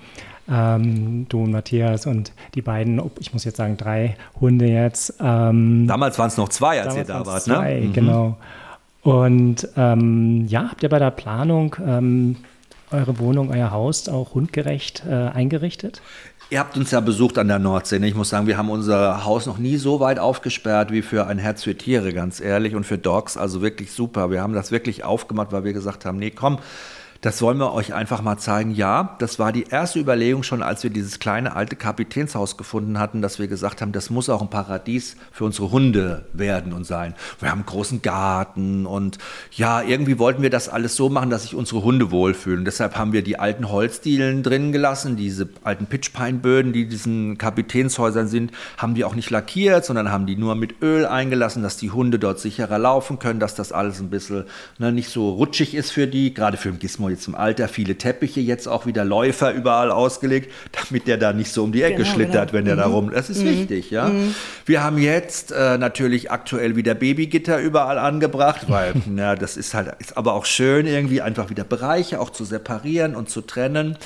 Du und Matthias und die beiden, ich muss jetzt sagen 3 Hunde jetzt. Damals waren es noch 2, als ihr da wart, ne? 2, genau. Und habt ihr bei der Planung eure Wohnung, euer Haus auch hundgerecht eingerichtet? Ihr habt uns ja besucht an der Nordsee. Ich muss sagen, wir haben unser Haus noch nie so weit aufgesperrt wie für ein Herz für Tiere, ganz ehrlich. Und für Dogs, also wirklich super. Wir haben das wirklich aufgemacht, weil wir gesagt haben, nee, komm, das wollen wir euch einfach mal zeigen. Ja, das war die erste Überlegung schon, als wir dieses kleine alte Kapitänshaus gefunden hatten, dass wir gesagt haben, das muss auch ein Paradies für unsere Hunde werden und sein. Wir haben einen großen Garten und ja, irgendwie wollten wir das alles so machen, dass sich unsere Hunde wohlfühlen. Deshalb haben wir die alten Holzdielen drin gelassen, diese alten Pitchpine-Böden, die diesen Kapitänshäusern sind, haben die auch nicht lackiert, sondern haben die nur mit Öl eingelassen, dass die Hunde dort sicherer laufen können, dass das alles ein bisschen nicht so rutschig ist für die, gerade für den Gizmo jetzt im Alter, viele Teppiche, jetzt auch wieder Läufer überall ausgelegt, damit der da nicht so um die Ecke schlittert, wenn der da rum, das ist wichtig, ja. Wir haben jetzt natürlich aktuell wieder Babygitter überall angebracht, weil, das ist aber auch schön irgendwie einfach wieder Bereiche auch zu separieren und zu trennen.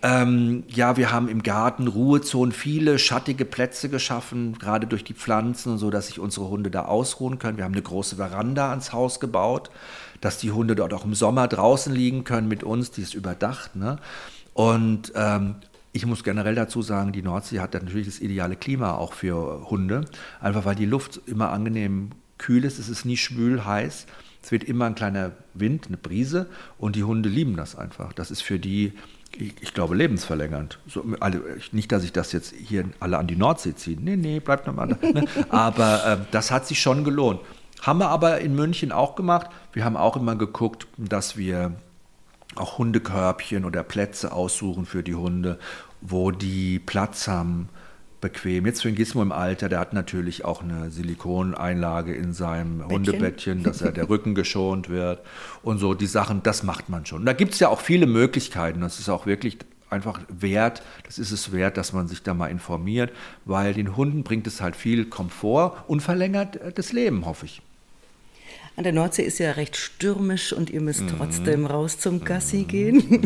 Ja, wir haben im Garten Ruhezonen, viele schattige Plätze geschaffen, gerade durch die Pflanzen und so, dass sich unsere Hunde da ausruhen können. Wir haben eine große Veranda ans Haus gebaut, dass die Hunde dort auch im Sommer draußen liegen können mit uns, die ist überdacht. Ne? Und ich muss generell dazu sagen, die Nordsee hat natürlich das ideale Klima auch für Hunde, einfach weil die Luft immer angenehm kühl ist, es ist nie schwül, heiß, es wird immer ein kleiner Wind, eine Brise und die Hunde lieben das einfach. Das ist für die, ich glaube, lebensverlängernd. So, nicht, dass ich das jetzt hier alle an die Nordsee ziehe. Nee, bleibt nochmal da. Ne? Aber das hat sich schon gelohnt. Haben wir aber in München auch gemacht. Wir haben auch immer geguckt, dass wir auch Hundekörbchen oder Plätze aussuchen für die Hunde, wo die Platz haben, bequem. Jetzt für den Gizmo im Alter, der hat natürlich auch eine Silikoneinlage in seinem Hundebettchen, dass der Rücken geschont wird und so die Sachen, das macht man schon. Und da gibt es ja auch viele Möglichkeiten, das ist auch wirklich einfach wert, das ist es wert, dass man sich da mal informiert, weil den Hunden bringt es halt viel Komfort und verlängert das Leben, hoffe ich. An der Nordsee ist ja recht stürmisch und ihr müsst trotzdem raus zum Gassi gehen.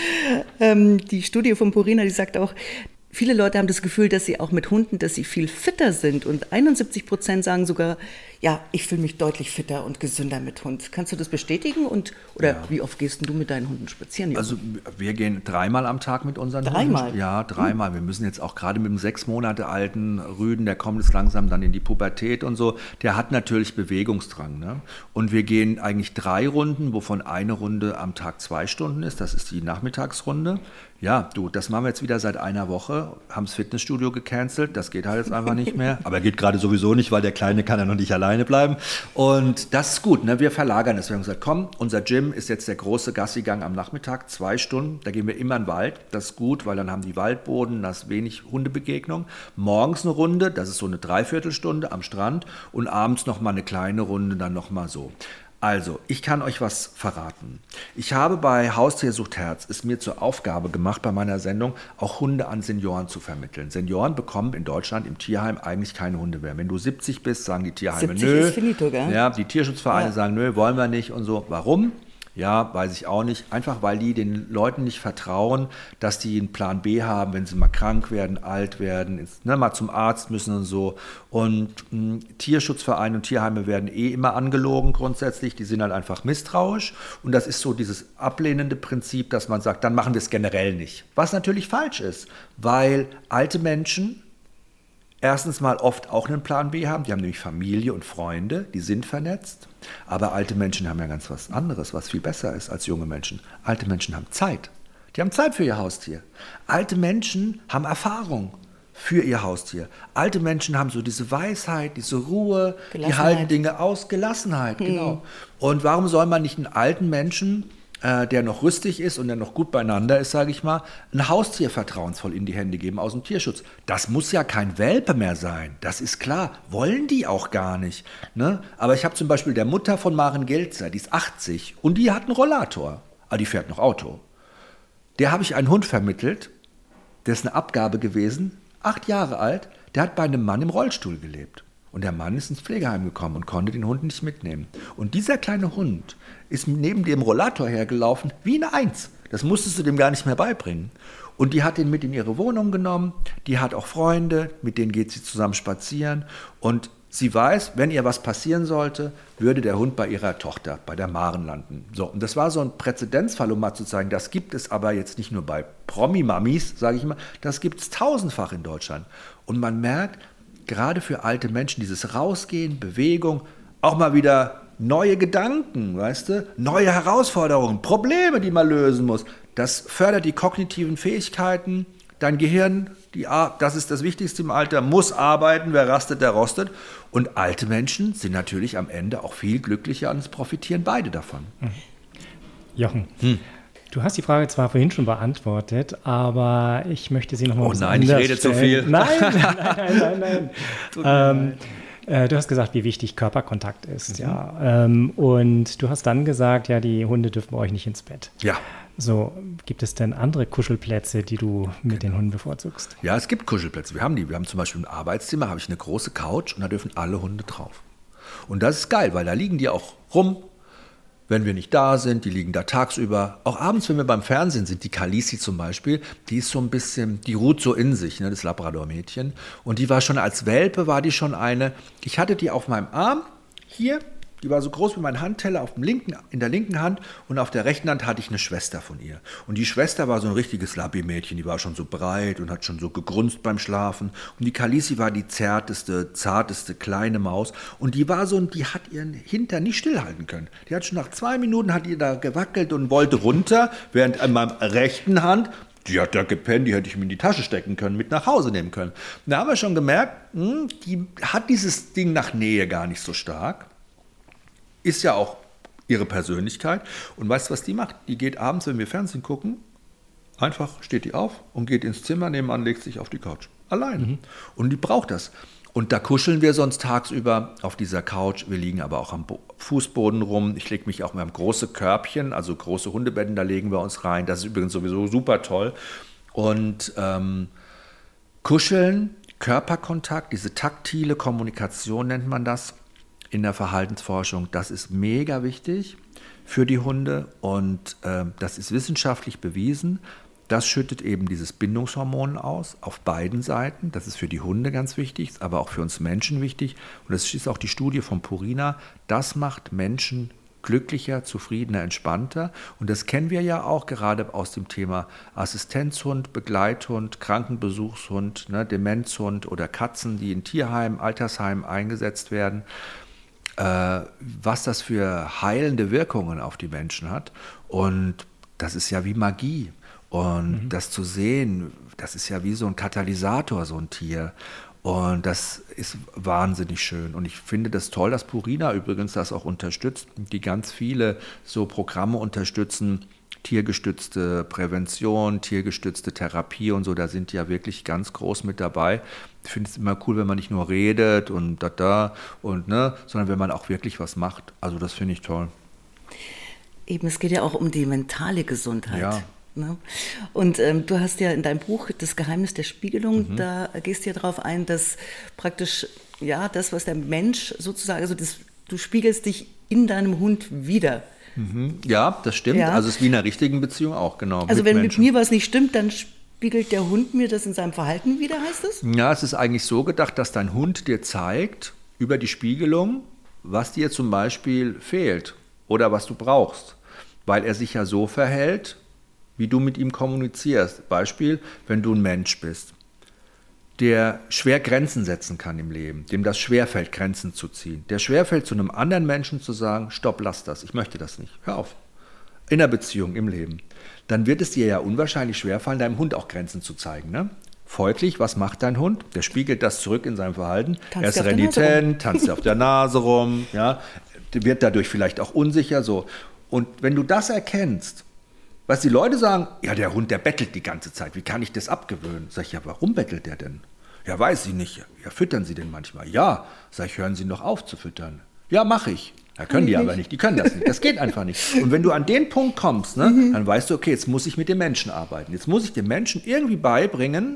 Die Studie von Purina, die sagt auch, viele Leute haben das Gefühl, dass sie auch mit Hunden, dass sie viel fitter sind. Und 71% sagen sogar, ja, ich fühle mich deutlich fitter und gesünder mit Hund. Kannst du das bestätigen? Oder wie oft gehst du mit deinen Hunden spazieren? Jochen? Also wir gehen 3-mal am Tag mit unseren Hunden. Hunden. Ja, 3-mal. Wir müssen jetzt auch gerade mit dem 6 Monate alten Rüden, der kommt jetzt langsam dann in die Pubertät und so, der hat natürlich Bewegungsdrang. Ne? Und wir gehen eigentlich 3 Runden, wovon eine Runde am Tag 2 Stunden ist. Das ist die Nachmittagsrunde. Ja, das machen wir jetzt wieder seit einer Woche, haben das Fitnessstudio gecancelt, das geht halt jetzt einfach nicht mehr. Aber geht gerade sowieso nicht, weil der Kleine kann ja noch nicht alleine bleiben. Und das ist gut, ne? Wir verlagern es. Wir haben gesagt, komm, unser Gym ist jetzt der große Gassigang am Nachmittag, 2 Stunden, da gehen wir immer in den Wald. Das ist gut, weil dann haben die Waldboden, da ist wenig Hundebegegnung. Morgens eine Runde, das ist so eine Dreiviertelstunde am Strand und abends nochmal eine kleine Runde, dann nochmal so. Also, ich kann euch was verraten. Ich habe bei Haustier sucht Herz es mir zur Aufgabe gemacht, bei meiner Sendung auch Hunde an Senioren zu vermitteln. Senioren bekommen in Deutschland im Tierheim eigentlich keine Hunde mehr. Wenn du 70 bist, sagen die Tierheime 70 nö. Ist finito, gell? Ja, die Tierschutzvereine sagen nö, wollen wir nicht und so. Warum? Ja, weiß ich auch nicht. Einfach, weil die den Leuten nicht vertrauen, dass die einen Plan B haben, wenn sie mal krank werden, alt werden, mal zum Arzt müssen und so. Und Tierschutzvereine und Tierheime werden immer angelogen grundsätzlich. Die sind halt einfach misstrauisch. Und das ist so dieses ablehnende Prinzip, dass man sagt, dann machen wir es generell nicht. Was natürlich falsch ist, weil alte Menschen erstens mal oft auch einen Plan B haben. Die haben nämlich Familie und Freunde, die sind vernetzt. Aber alte Menschen haben ja ganz was anderes, was viel besser ist als junge Menschen. Alte Menschen haben Zeit. Die haben Zeit für ihr Haustier. Alte Menschen haben Erfahrung für ihr Haustier. Alte Menschen haben so diese Weisheit, diese Ruhe, die halten Dinge aus, Gelassenheit, genau. Und warum soll man nicht einen alten Menschen, der noch rüstig ist und der noch gut beieinander ist, sage ich mal, ein Haustier vertrauensvoll in die Hände geben aus dem Tierschutz. Das muss ja kein Welpe mehr sein, das ist klar, wollen die auch gar nicht. Ne? Aber ich habe zum Beispiel der Mutter von Maren Gelzer, die ist 80 und die hat einen Rollator, aber die fährt noch Auto. Der habe ich einen Hund vermittelt, der ist eine Abgabe gewesen, 8 Jahre alt, der hat bei einem Mann im Rollstuhl gelebt. Und der Mann ist ins Pflegeheim gekommen und konnte den Hund nicht mitnehmen. Und dieser kleine Hund ist neben dem Rollator hergelaufen wie eine Eins. Das musstest du dem gar nicht mehr beibringen. Und die hat ihn mit in ihre Wohnung genommen. Die hat auch Freunde, mit denen geht sie zusammen spazieren. Und sie weiß, wenn ihr was passieren sollte, würde der Hund bei ihrer Tochter, bei der Maren landen. So, und das war so ein Präzedenzfall, um mal zu zeigen, das gibt es aber jetzt nicht nur bei Promi-Mamis, sage ich mal, das gibt es tausendfach in Deutschland. Und man merkt, gerade für alte Menschen, dieses Rausgehen, Bewegung, auch mal wieder neue Gedanken, weißt du, neue Herausforderungen, Probleme, die man lösen muss. Das fördert die kognitiven Fähigkeiten. Dein Gehirn, das ist das Wichtigste im Alter, muss arbeiten, wer rastet, der rostet. Und alte Menschen sind natürlich am Ende auch viel glücklicher und es profitieren beide davon. Jochen, du hast die Frage zwar vorhin schon beantwortet, aber ich möchte sie nochmal anders stellen. Oh nein, ich rede zu viel. Nein. Du hast gesagt, wie wichtig Körperkontakt ist. Ja. Und du hast dann gesagt, ja, die Hunde dürfen bei euch nicht ins Bett. Ja. So, gibt es denn andere Kuschelplätze, die du mit den Hunden bevorzugst? Ja, es gibt Kuschelplätze. Wir haben zum Beispiel im Arbeitszimmer, habe ich eine große Couch und da dürfen alle Hunde drauf. Und das ist geil, weil da liegen die auch rum. wenn wir nicht da sind, die liegen da tagsüber. Auch abends, wenn wir beim Fernsehen sind, die Khaleesi zum Beispiel, die ist so ein bisschen, die ruht so in sich, ne, das Labrador-Mädchen. Und die war schon als Welpe, war die schon eine, ich hatte die auf meinem Arm, hier, die war so groß wie mein Handteller in der linken Hand und auf der rechten Hand hatte ich eine Schwester von ihr. Und die Schwester war so ein richtiges Labby-Mädchen, die war schon so breit und hat schon so gegrunzt beim Schlafen. Und die Khaleesi war die zärteste, zarteste kleine Maus. Und die war so, die hat ihren Hintern nicht stillhalten können. Die hat schon nach 2 Minuten hat die da gewackelt und wollte runter, während an meiner rechten Hand, die hat da gepennt, die hätte ich mir in die Tasche stecken können, mit nach Hause nehmen können. Und da haben wir schon gemerkt, die hat dieses Ding nach Nähe gar nicht so stark. Ist ja auch ihre Persönlichkeit. Und weißt du, was die macht? Die geht abends, wenn wir Fernsehen gucken, einfach steht die auf und geht ins Zimmer nebenan, legt sich auf die Couch. Alleine. Und die braucht das. Und da kuscheln wir sonst tagsüber auf dieser Couch. Wir liegen aber auch am Fußboden rum. Ich lege mich auch, wir haben große Körbchen, also große Hundebetten, da legen wir uns rein. Das ist übrigens sowieso super toll. Und kuscheln, Körperkontakt, diese taktile Kommunikation nennt man das in der Verhaltensforschung, das ist mega wichtig für die Hunde und das ist wissenschaftlich bewiesen. Das schüttet eben dieses Bindungshormon aus, auf beiden Seiten. Das ist für die Hunde ganz wichtig, aber auch für uns Menschen wichtig. Und das ist auch die Studie von Purina. Das macht Menschen glücklicher, zufriedener, entspannter. Und das kennen wir ja auch gerade aus dem Thema Assistenzhund, Begleithund, Krankenbesuchshund, ne, Demenzhund oder Katzen, die in Tierheimen, Altersheimen eingesetzt werden. Was das für heilende Wirkungen auf die Menschen hat. Und das ist ja wie Magie. Und das zu sehen, das ist ja wie so ein Katalysator, so ein Tier. Und das ist wahnsinnig schön. Und ich finde das toll, dass Purina übrigens das auch unterstützt, die ganz viele so Programme unterstützen, tiergestützte Prävention, tiergestützte Therapie und so, da sind die ja wirklich ganz groß mit dabei. Ich finde es immer cool, wenn man nicht nur redet und und ne, sondern wenn man auch wirklich was macht. Also das finde ich toll. Eben, es geht ja auch um die mentale Gesundheit. Ja. Ne? Und du hast ja in deinem Buch Das Geheimnis der Spiegelung, da gehst du ja darauf ein, dass praktisch, ja, das, was der Mensch sozusagen, also du spiegelst dich in deinem Hund wieder. Ja, das stimmt. Ja. Also es ist wie in einer richtigen Beziehung auch, genau. Also wenn Menschen. mit mir was nicht stimmt, dann spiegelt der Hund mir das in seinem Verhalten wieder, heißt es? Ja, es ist eigentlich so gedacht, dass dein Hund dir zeigt, über die Spiegelung, was dir zum Beispiel fehlt oder was du brauchst. Weil er sich ja so verhält, wie du mit ihm kommunizierst. Beispiel, wenn du ein Mensch bist, der schwer Grenzen setzen kann im Leben, dem das schwerfällt, Grenzen zu ziehen. Der schwerfällt, zu einem anderen Menschen zu sagen, stopp, lass das, ich möchte das nicht, hör auf. In einer Beziehung, im Leben. Dann wird es dir ja unwahrscheinlich schwerfallen, deinem Hund auch Grenzen zu zeigen. Ne? Folglich, was macht dein Hund? Der spiegelt das zurück in seinem Verhalten. Er ist renitent, tanzt auf der Nase rum, ja? Wird dadurch vielleicht auch unsicher. So. Und wenn du das erkennst, was die Leute sagen, ja, der Hund, der bettelt die ganze Zeit, wie kann ich das abgewöhnen? Sag ich, ja, warum bettelt der denn? Ja, weiß ich nicht. Ja, füttern Sie den manchmal? Ja. Sag ich, hören Sie noch auf zu füttern? Ja, mache ich. Ja, können die aber nicht, die können das nicht. Das geht einfach nicht. Und wenn du an den Punkt kommst, ne, dann weißt du, okay, jetzt muss ich mit dem Menschen arbeiten. Jetzt muss ich dem Menschen irgendwie beibringen,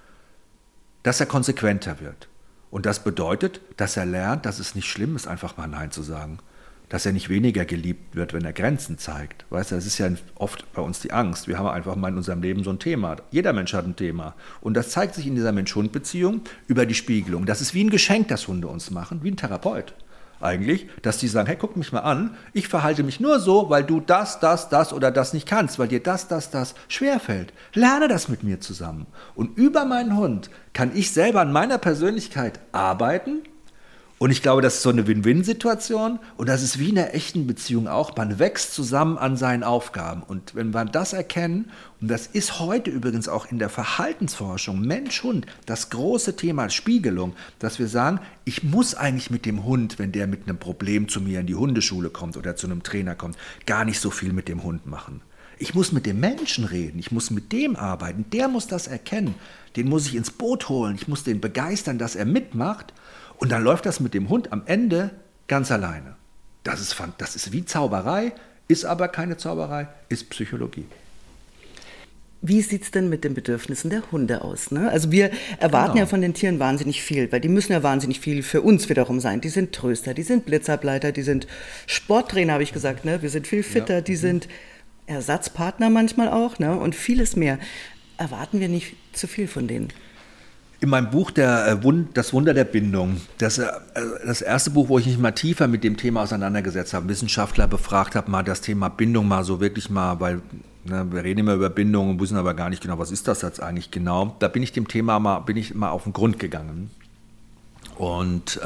dass er konsequenter wird. Und das bedeutet, dass er lernt, dass es nicht schlimm ist, einfach mal Nein zu sagen. Dass er nicht weniger geliebt wird, wenn er Grenzen zeigt. Weißt du, das ist ja oft bei uns die Angst. Wir haben einfach mal in unserem Leben so ein Thema. Jeder Mensch hat ein Thema. Und das zeigt sich in dieser Mensch-Hund-Beziehung über die Spiegelung. Das ist wie ein Geschenk, das Hunde uns machen, wie ein Therapeut eigentlich, dass die sagen, hey, guck mich mal an, ich verhalte mich nur so, weil du das oder das nicht kannst, weil dir das schwerfällt. Lerne das mit mir zusammen. Und über meinen Hund kann ich selber an meiner Persönlichkeit arbeiten. Und ich glaube, das ist so eine Win-Win-Situation und das ist wie in einer echten Beziehung auch. Man wächst zusammen an seinen Aufgaben. Und wenn wir das erkennen, und das ist heute übrigens auch in der Verhaltensforschung, Mensch-Hund, das große Thema Spiegelung, dass wir sagen, ich muss eigentlich mit dem Hund, wenn der mit einem Problem zu mir in die Hundeschule kommt oder zu einem Trainer kommt, gar nicht so viel mit dem Hund machen. Ich muss mit dem Menschen reden, ich muss mit dem arbeiten, der muss das erkennen, den muss ich ins Boot holen, ich muss den begeistern, dass er mitmacht. Und dann läuft das mit dem Hund am Ende ganz alleine. Das ist wie Zauberei, ist aber keine Zauberei, ist Psychologie. Wie sieht es denn mit den Bedürfnissen der Hunde aus? Ne? Also wir erwarten ja von den Tieren wahnsinnig viel, weil die müssen ja wahnsinnig viel für uns wiederum sein. Die sind Tröster, die sind Blitzableiter, die sind Sporttrainer, habe ich gesagt. Ne? Wir sind viel fitter, die sind Ersatzpartner manchmal auch, ne? Und vieles mehr. Erwarten wir nicht zu viel von denen? In meinem Buch Das Wunder der Bindung, das erste Buch, wo ich mich mal tiefer mit dem Thema auseinandergesetzt habe, Wissenschaftler befragt habe, mal das Thema Bindung mal so wirklich mal, weil wir reden immer über Bindung und wissen aber gar nicht genau, was ist das jetzt eigentlich genau. Da bin ich dem Thema mal auf den Grund gegangen. Und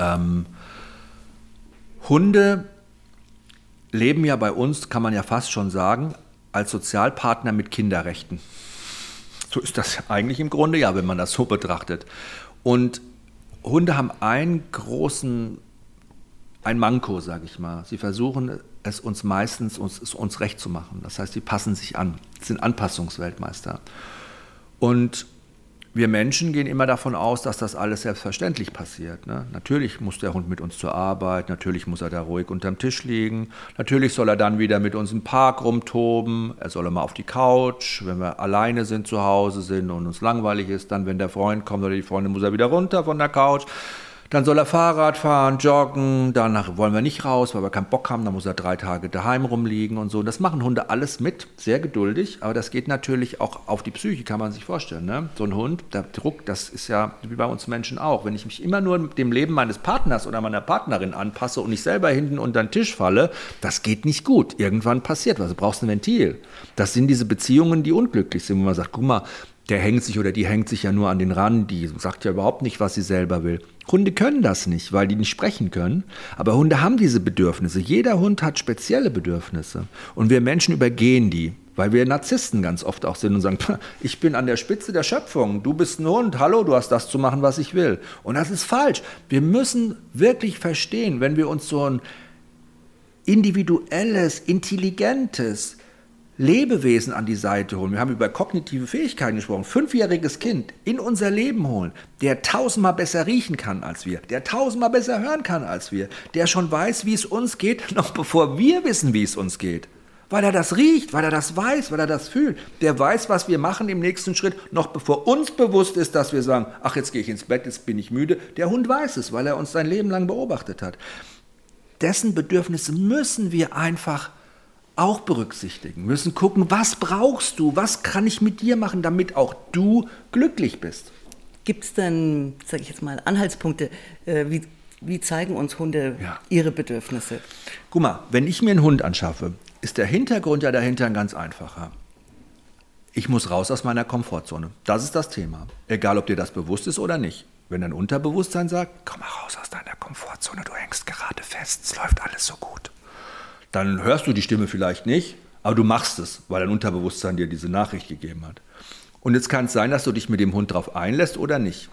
Hunde leben ja bei uns, kann man ja fast schon sagen, als Sozialpartner mit Kinderrechten. So ist das eigentlich im Grunde, ja, wenn man das so betrachtet. Und Hunde haben ein Manko, sage ich mal. Sie versuchen es uns meistens uns recht zu machen. Das heißt, sie passen sich an, sind Anpassungsweltmeister. Und wir Menschen gehen immer davon aus, dass das alles selbstverständlich passiert. Ne? Natürlich muss der Hund mit uns zur Arbeit, natürlich muss er da ruhig unterm Tisch liegen, natürlich soll er dann wieder mit uns im Park rumtoben, er soll mal auf die Couch, wenn wir alleine sind, zu Hause sind und uns langweilig ist, dann, wenn der Freund kommt oder die Freundin, muss er wieder runter von der Couch. Dann soll er Fahrrad fahren, joggen, danach wollen wir nicht raus, weil wir keinen Bock haben, dann muss er 3 Tage daheim rumliegen und so. Das machen Hunde alles mit, sehr geduldig, aber das geht natürlich auch auf die Psyche, kann man sich vorstellen. Ne? So ein Hund, der Druck, das ist ja wie bei uns Menschen auch. Wenn ich mich immer nur dem Leben meines Partners oder meiner Partnerin anpasse und ich selber hinten unter den Tisch falle, das geht nicht gut. Irgendwann passiert was, du brauchst ein Ventil. Das sind diese Beziehungen, die unglücklich sind, wo man sagt, guck mal, der hängt sich oder die hängt sich ja nur an den Rand, die sagt ja überhaupt nicht, was sie selber will. Hunde können das nicht, weil die nicht sprechen können, aber Hunde haben diese Bedürfnisse. Jeder Hund hat spezielle Bedürfnisse und wir Menschen übergehen die, weil wir Narzissten ganz oft auch sind und sagen, ich bin an der Spitze der Schöpfung, du bist ein Hund, hallo, du hast das zu machen, was ich will. Und das ist falsch. Wir müssen wirklich verstehen, wenn wir uns so ein individuelles, intelligentes Lebewesen an die Seite holen. Wir haben über kognitive Fähigkeiten gesprochen. 5-jähriges Kind in unser Leben holen, der 1000-mal besser riechen kann als wir, der 1000-mal besser hören kann als wir, der schon weiß, wie es uns geht, noch bevor wir wissen, wie es uns geht. Weil er das riecht, weil er das weiß, weil er das fühlt. Der weiß, was wir machen im nächsten Schritt, noch bevor uns bewusst ist, dass wir sagen, ach, jetzt gehe ich ins Bett, jetzt bin ich müde. Der Hund weiß es, weil er uns sein Leben lang beobachtet hat. Dessen Bedürfnisse müssen wir einfach auch berücksichtigen, müssen gucken, was brauchst du, was kann ich mit dir machen, damit auch du glücklich bist. Gibt es denn, sage ich jetzt mal, Anhaltspunkte, wie zeigen uns Hunde ihre Bedürfnisse? Guck mal, wenn ich mir einen Hund anschaffe, ist der Hintergrund ja dahinter ein ganz einfacher. Ich muss raus aus meiner Komfortzone. Das ist das Thema. Egal, ob dir das bewusst ist oder nicht. Wenn dein Unterbewusstsein sagt, komm mal raus aus deiner Komfortzone, du hängst gerade fest, es läuft alles so gut. Dann hörst du die Stimme vielleicht nicht, aber du machst es, weil dein Unterbewusstsein dir diese Nachricht gegeben hat. Und jetzt kann es sein, dass du dich mit dem Hund drauf einlässt oder nicht.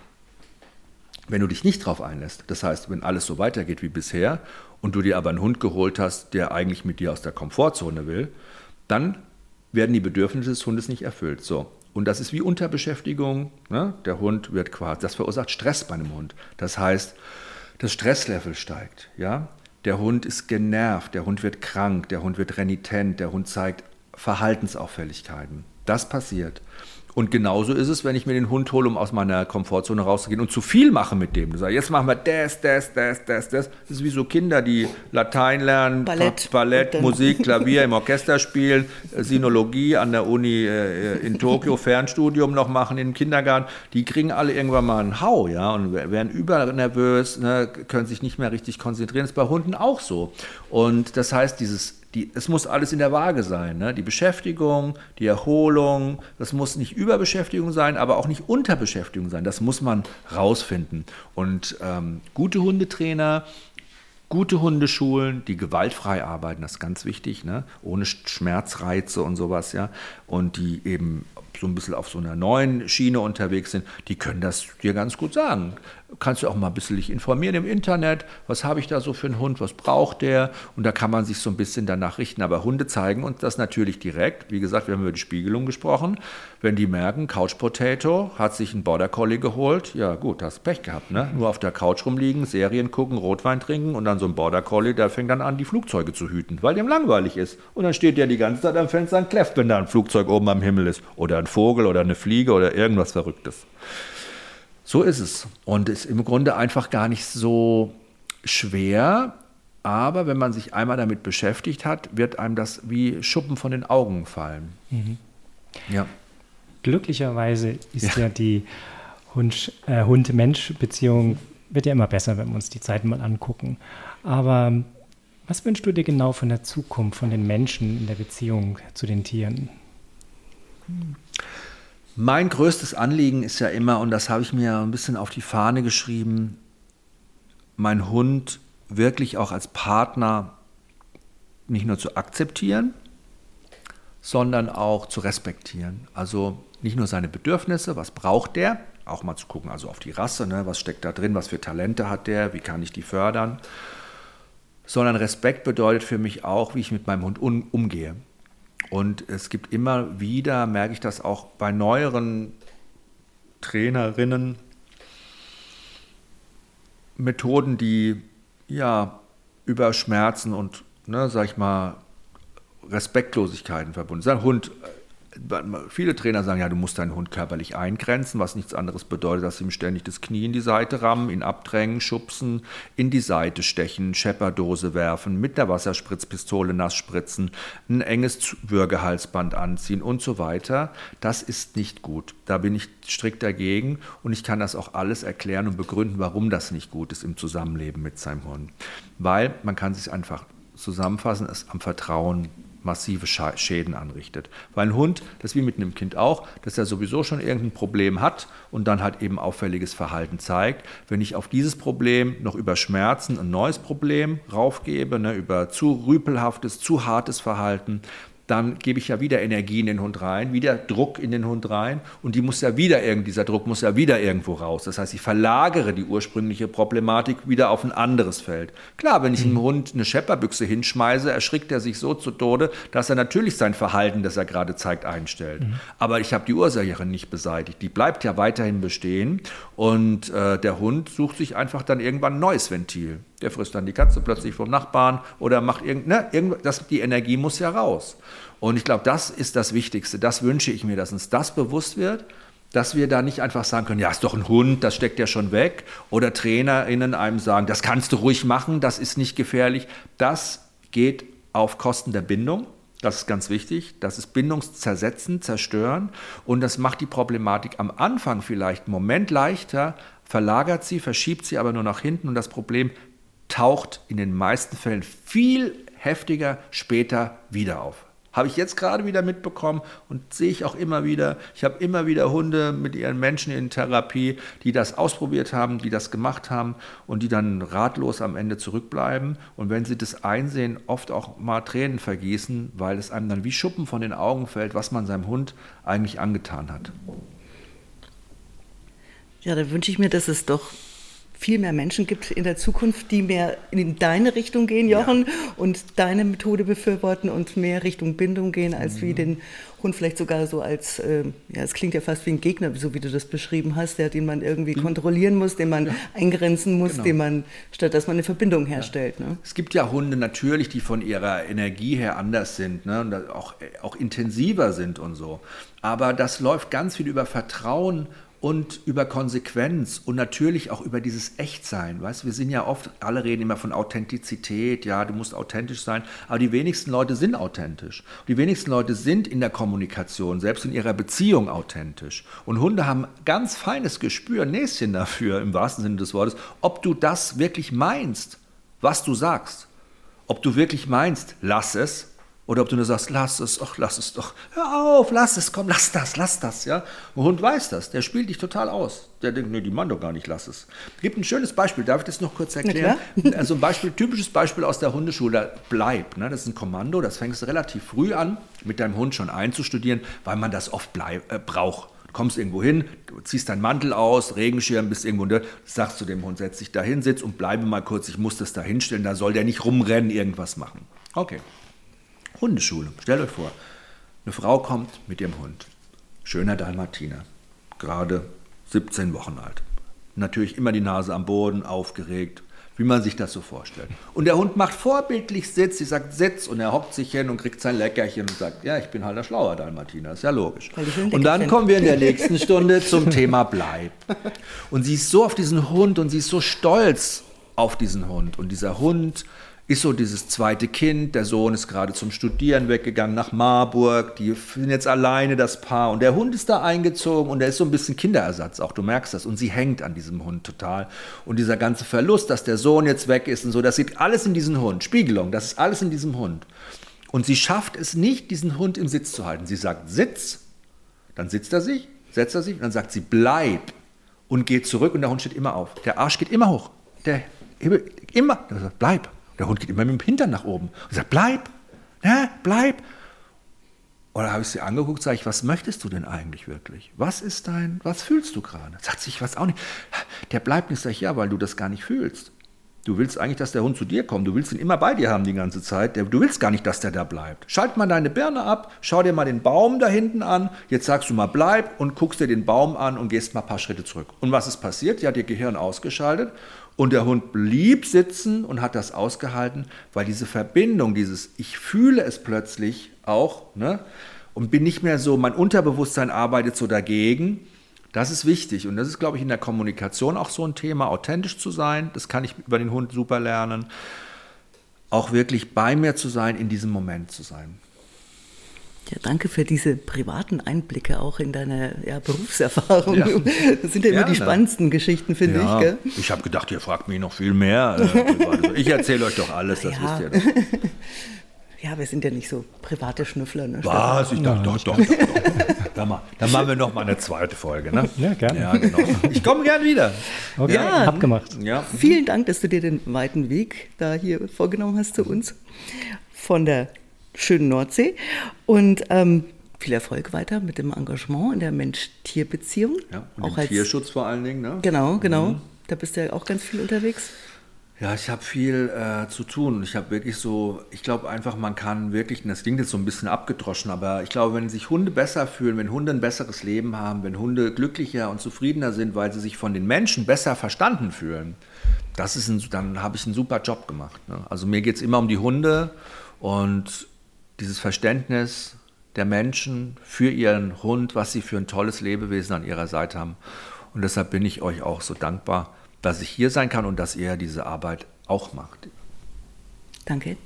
Wenn du dich nicht drauf einlässt, das heißt, wenn alles so weitergeht wie bisher und du dir aber einen Hund geholt hast, der eigentlich mit dir aus der Komfortzone will, dann werden die Bedürfnisse des Hundes nicht erfüllt. So. Und das ist wie Unterbeschäftigung. Ne? Der Hund wird quasi, das verursacht Stress bei einem Hund. Das heißt, das Stresslevel steigt, ja. Der Hund ist genervt, der Hund wird krank, der Hund wird renitent, der Hund zeigt Verhaltensauffälligkeiten. Das passiert. Und genauso ist es, wenn ich mir den Hund hole, um aus meiner Komfortzone rauszugehen und zu viel mache mit dem. Du sagst, jetzt machen wir das. Das ist wie so Kinder, die Latein lernen, Ballett, Musik, Klavier im Orchester spielen, Sinologie an der Uni in Tokio, Fernstudium noch machen im Kindergarten. Die kriegen alle irgendwann mal einen Hau, ja, und werden übernervös, ne, können sich nicht mehr richtig konzentrieren. Das ist bei Hunden auch so. Und das heißt, es muss alles in der Waage sein. Ne? Die Beschäftigung, die Erholung, das muss nicht Überbeschäftigung sein, aber auch nicht Unterbeschäftigung sein. Das muss man rausfinden. Und gute Hundetrainer, gute Hundeschulen, die gewaltfrei arbeiten, das ist ganz wichtig, ne? Ohne Schmerzreize und sowas, ja, und die eben so ein bisschen auf so einer neuen Schiene unterwegs sind, die können das dir ganz gut sagen. Kannst du auch mal ein bisschen dich informieren im Internet, was habe ich da so für einen Hund, was braucht der? Und da kann man sich so ein bisschen danach richten. Aber Hunde zeigen uns das natürlich direkt. Wie gesagt, wir haben über die Spiegelung gesprochen. Wenn die merken, Couch Potato hat sich einen Border Collie geholt, ja gut, hast Pech gehabt, ne? Nur auf der Couch rumliegen, Serien gucken, Rotwein trinken und dann so ein Border Collie, der fängt dann an, die Flugzeuge zu hüten, weil dem langweilig ist. Und dann steht der die ganze Zeit am Fenster und kläfft, wenn da ein Flugzeug oben am Himmel ist. Oder ein Vogel oder eine Fliege oder irgendwas Verrücktes. So ist es. Und ist im Grunde einfach gar nicht so schwer, aber wenn man sich einmal damit beschäftigt hat, wird einem das wie Schuppen von den Augen fallen. Ja. Glücklicherweise ist ja die Hund-Mensch-Beziehung wird ja immer besser, wenn wir uns die Zeiten mal angucken. Aber was wünschst du dir genau von der Zukunft, von den Menschen in der Beziehung zu den Tieren? Mein größtes Anliegen ist ja immer, und das habe ich mir ein bisschen auf die Fahne geschrieben, meinen Hund wirklich auch als Partner nicht nur zu akzeptieren, sondern auch zu respektieren. Also nicht nur seine Bedürfnisse, was braucht der, auch mal zu gucken, also auf die Rasse, ne, was steckt da drin, was für Talente hat der, wie kann ich die fördern, sondern Respekt bedeutet für mich auch, wie ich mit meinem Hund umgehe. Und es gibt immer wieder, merke ich das auch bei neueren Trainerinnen, Methoden, die ja über Schmerzen und, ne, sag ich mal, Respektlosigkeiten verbunden sind. Ein Hund, viele Trainer sagen, ja, du musst deinen Hund körperlich eingrenzen, was nichts anderes bedeutet, dass sie ihm ständig das Knie in die Seite rammen, ihn abdrängen, schubsen, in die Seite stechen, Schepperdose werfen, mit der Wasserspritzpistole nass spritzen, ein enges Würgehalsband anziehen und so weiter. Das ist nicht gut. Da bin ich strikt dagegen und ich kann das auch alles erklären und begründen, warum das nicht gut ist im Zusammenleben mit seinem Hund. Weil man kann sich einfach zusammenfassen, es am Vertrauen massive Schäden anrichtet. Weil ein Hund, das ist wie mit einem Kind auch, dass er sowieso schon irgendein Problem hat und dann halt eben auffälliges Verhalten zeigt. Wenn ich auf dieses Problem noch über Schmerzen ein neues Problem raufgebe, ne, über zu rüpelhaftes, zu hartes Verhalten, dann gebe ich ja wieder Energie in den Hund rein, wieder Druck in den Hund rein und dieser Druck muss ja wieder irgendwo raus. Das heißt, ich verlagere die ursprüngliche Problematik wieder auf ein anderes Feld. Klar, wenn ich einem Hund eine Schepperbüchse hinschmeiße, erschrickt er sich so zu Tode, dass er natürlich sein Verhalten, das er gerade zeigt, einstellt. Aber ich habe die Ursache nicht beseitigt. Die bleibt ja weiterhin bestehen und der Hund sucht sich einfach dann irgendwann ein neues Ventil. Der frisst dann die Katze plötzlich vom Nachbarn oder macht die Energie muss ja raus. Und ich glaube, das ist das Wichtigste. Das wünsche ich mir, dass uns das bewusst wird, dass wir da nicht einfach sagen können, ja, ist doch ein Hund, das steckt ja schon weg. Oder TrainerInnen einem sagen, das kannst du ruhig machen, das ist nicht gefährlich. Das geht auf Kosten der Bindung. Das ist ganz wichtig. Das ist Bindungszersetzen, zerstören. Und das macht die Problematik am Anfang vielleicht einen Moment leichter, verlagert sie, verschiebt sie aber nur nach hinten und das Problem taucht in den meisten Fällen viel heftiger später wieder auf. Habe ich jetzt gerade wieder mitbekommen und sehe ich auch immer wieder. Ich habe immer wieder Hunde mit ihren Menschen in Therapie, die das ausprobiert haben, die das gemacht haben und die dann ratlos am Ende zurückbleiben. Und wenn sie das einsehen, oft auch mal Tränen vergießen, weil es einem dann wie Schuppen von den Augen fällt, was man seinem Hund eigentlich angetan hat. Ja, da wünsche ich mir, dass es doch viel mehr Menschen gibt in der Zukunft, die mehr in deine Richtung gehen, Jochen, und deine Methode befürworten und mehr Richtung Bindung gehen, als wie den Hund vielleicht sogar so als, es klingt ja fast wie ein Gegner, so wie du das beschrieben hast, den man irgendwie kontrollieren muss, den man eingrenzen muss, statt dass man eine Verbindung herstellt. Ne? Es gibt ja Hunde natürlich, die von ihrer Energie her anders sind, ne, und auch intensiver sind und so. Aber das läuft ganz viel über Vertrauen und über Konsequenz und natürlich auch über dieses Echtsein. Weißt du, wir sind ja oft, alle reden immer von Authentizität, ja, du musst authentisch sein, aber die wenigsten Leute sind authentisch. Die wenigsten Leute sind in der Kommunikation, selbst in ihrer Beziehung authentisch. Und Hunde haben ganz feines Gespür, ein Näschen dafür, im wahrsten Sinne des Wortes, ob du das wirklich meinst, was du sagst. Ob du wirklich meinst, lass es, oder ob du nur sagst, lass es doch, hör auf, lass es, komm, lass das, ja. Ein Hund weiß das, der spielt dich total aus. Der denkt, nee, die Mann doch gar nicht, lass es. Gibt ein schönes Beispiel, darf ich das noch kurz erklären? Also ein typisches Beispiel aus der Hundeschule, Bleib, ne? Das ist ein Kommando, das fängst du relativ früh an, mit deinem Hund schon einzustudieren, weil man das oft braucht. Du kommst irgendwo hin, du ziehst deinen Mantel aus, Regenschirm, bist irgendwo, sagst zu dem Hund, setz dich da hin, sitz und bleibe mal kurz, ich muss das da hinstellen, da soll der nicht rumrennen, irgendwas machen. Okay. Hundeschule, stellt euch vor, eine Frau kommt mit ihrem Hund, schöner Dalmatiner, gerade 17 Wochen alt. Natürlich immer die Nase am Boden, aufgeregt, wie man sich das so vorstellt. Und der Hund macht vorbildlich Sitz, sie sagt Sitz und er hockt sich hin und kriegt sein Leckerchen und sagt, ja, ich bin halt der schlauer Dalmatiner, ist ja logisch. Und dann kommen wir in der nächsten Stunde zum Thema Bleib. Und sie ist so auf diesen Hund und sie ist so stolz auf diesen Hund. Und dieser Hund ist so dieses zweite Kind, der Sohn ist gerade zum Studieren weggegangen nach Marburg, die sind jetzt alleine, das Paar, und der Hund ist da eingezogen und der ist so ein bisschen Kinderersatz auch, du merkst das, und sie hängt an diesem Hund total. Und dieser ganze Verlust, dass der Sohn jetzt weg ist und so, das sieht alles in diesem Hund, Spiegelung, das ist alles in diesem Hund. Und sie schafft es nicht, diesen Hund im Sitz zu halten. Sie sagt Sitz, dann setzt er sich, und dann sagt sie Bleib und geht zurück und der Hund steht immer auf. Der Arsch geht immer hoch, der sagt Bleib. Der Hund geht immer mit dem Hintern nach oben und sagt, bleib, ne, bleib. Und da habe ich sie angeguckt, sage ich, was möchtest du denn eigentlich wirklich? Was fühlst du gerade? Sagt sie, ich weiß auch nicht. Der bleibt nicht, sag ich, ja, weil du das gar nicht fühlst. Du willst eigentlich, dass der Hund zu dir kommt. Du willst ihn immer bei dir haben die ganze Zeit. Du willst gar nicht, dass der da bleibt. Schalt mal deine Birne ab, schau dir mal den Baum da hinten an. Jetzt sagst du mal, bleib und guckst dir den Baum an und gehst mal ein paar Schritte zurück. Und was ist passiert? Sie hat ihr Gehirn ausgeschaltet. Und der Hund blieb sitzen und hat das ausgehalten, weil diese Verbindung, ich fühle es plötzlich auch, ne, und bin nicht mehr so, mein Unterbewusstsein arbeitet so dagegen. Das ist wichtig und das ist, glaube ich, in der Kommunikation auch so ein Thema, authentisch zu sein. Das kann ich über den Hund super lernen. Auch wirklich bei mir zu sein, in diesem Moment zu sein. Ja, danke für diese privaten Einblicke auch in deine Berufserfahrung. Ja. Das sind ja immer die spannendsten Geschichten, finde ich. Gell? Ich habe gedacht, ihr fragt mich noch viel mehr. Ich erzähle euch doch alles, das wisst ihr doch. Ja, wir sind ja nicht so private Schnüffler. Ne, was? Ich dachte, doch. Dann machen wir noch mal eine zweite Folge. Ne? Ja, gerne. Ja, genau. Ich komme gern wieder. Okay, ja, abgemacht. Ja. Vielen Dank, dass du dir den weiten Weg da hier vorgenommen hast zu uns von der schönen Nordsee und viel Erfolg weiter mit dem Engagement in der Mensch-Tier-Beziehung. Ja, und auch im Tierschutz vor allen Dingen. Ne? Genau. Da bist du ja auch ganz viel unterwegs. Ja, ich habe viel zu tun. Ich habe wirklich ich glaube einfach, man kann wirklich, das klingt jetzt so ein bisschen abgedroschen, aber ich glaube, wenn sich Hunde besser fühlen, wenn Hunde ein besseres Leben haben, wenn Hunde glücklicher und zufriedener sind, weil sie sich von den Menschen besser verstanden fühlen, dann habe ich einen super Job gemacht. Ne? Also mir geht es immer um die Hunde und dieses Verständnis der Menschen für ihren Hund, was sie für ein tolles Lebewesen an ihrer Seite haben. Und deshalb bin ich euch auch so dankbar, dass ich hier sein kann und dass ihr diese Arbeit auch macht. Danke.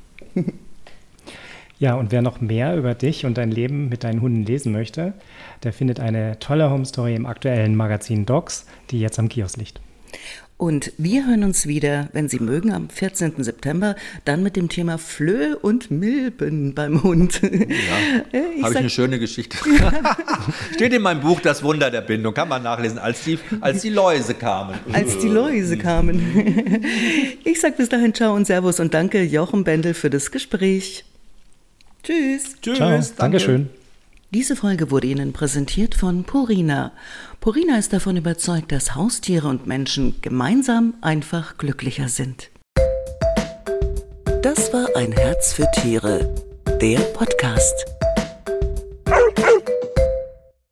Ja, und wer noch mehr über dich und dein Leben mit deinen Hunden lesen möchte, der findet eine tolle Homestory im aktuellen Magazin Dogs, die jetzt am Kiosk liegt. Und wir hören uns wieder, wenn Sie mögen, am 14. September, dann mit dem Thema Flöhe und Milben beim Hund. Ja, habe ich eine schöne Geschichte. Steht in meinem Buch Das Wunder der Bindung, kann man nachlesen, als die Läuse kamen. Als die Läuse kamen. Ich sage bis dahin Ciao und Servus und danke Jochen Bendel für das Gespräch. Tschüss. Ciao, Dankeschön. Diese Folge wurde Ihnen präsentiert von Purina. Purina ist davon überzeugt, dass Haustiere und Menschen gemeinsam einfach glücklicher sind. Das war Ein Herz für Tiere, der Podcast.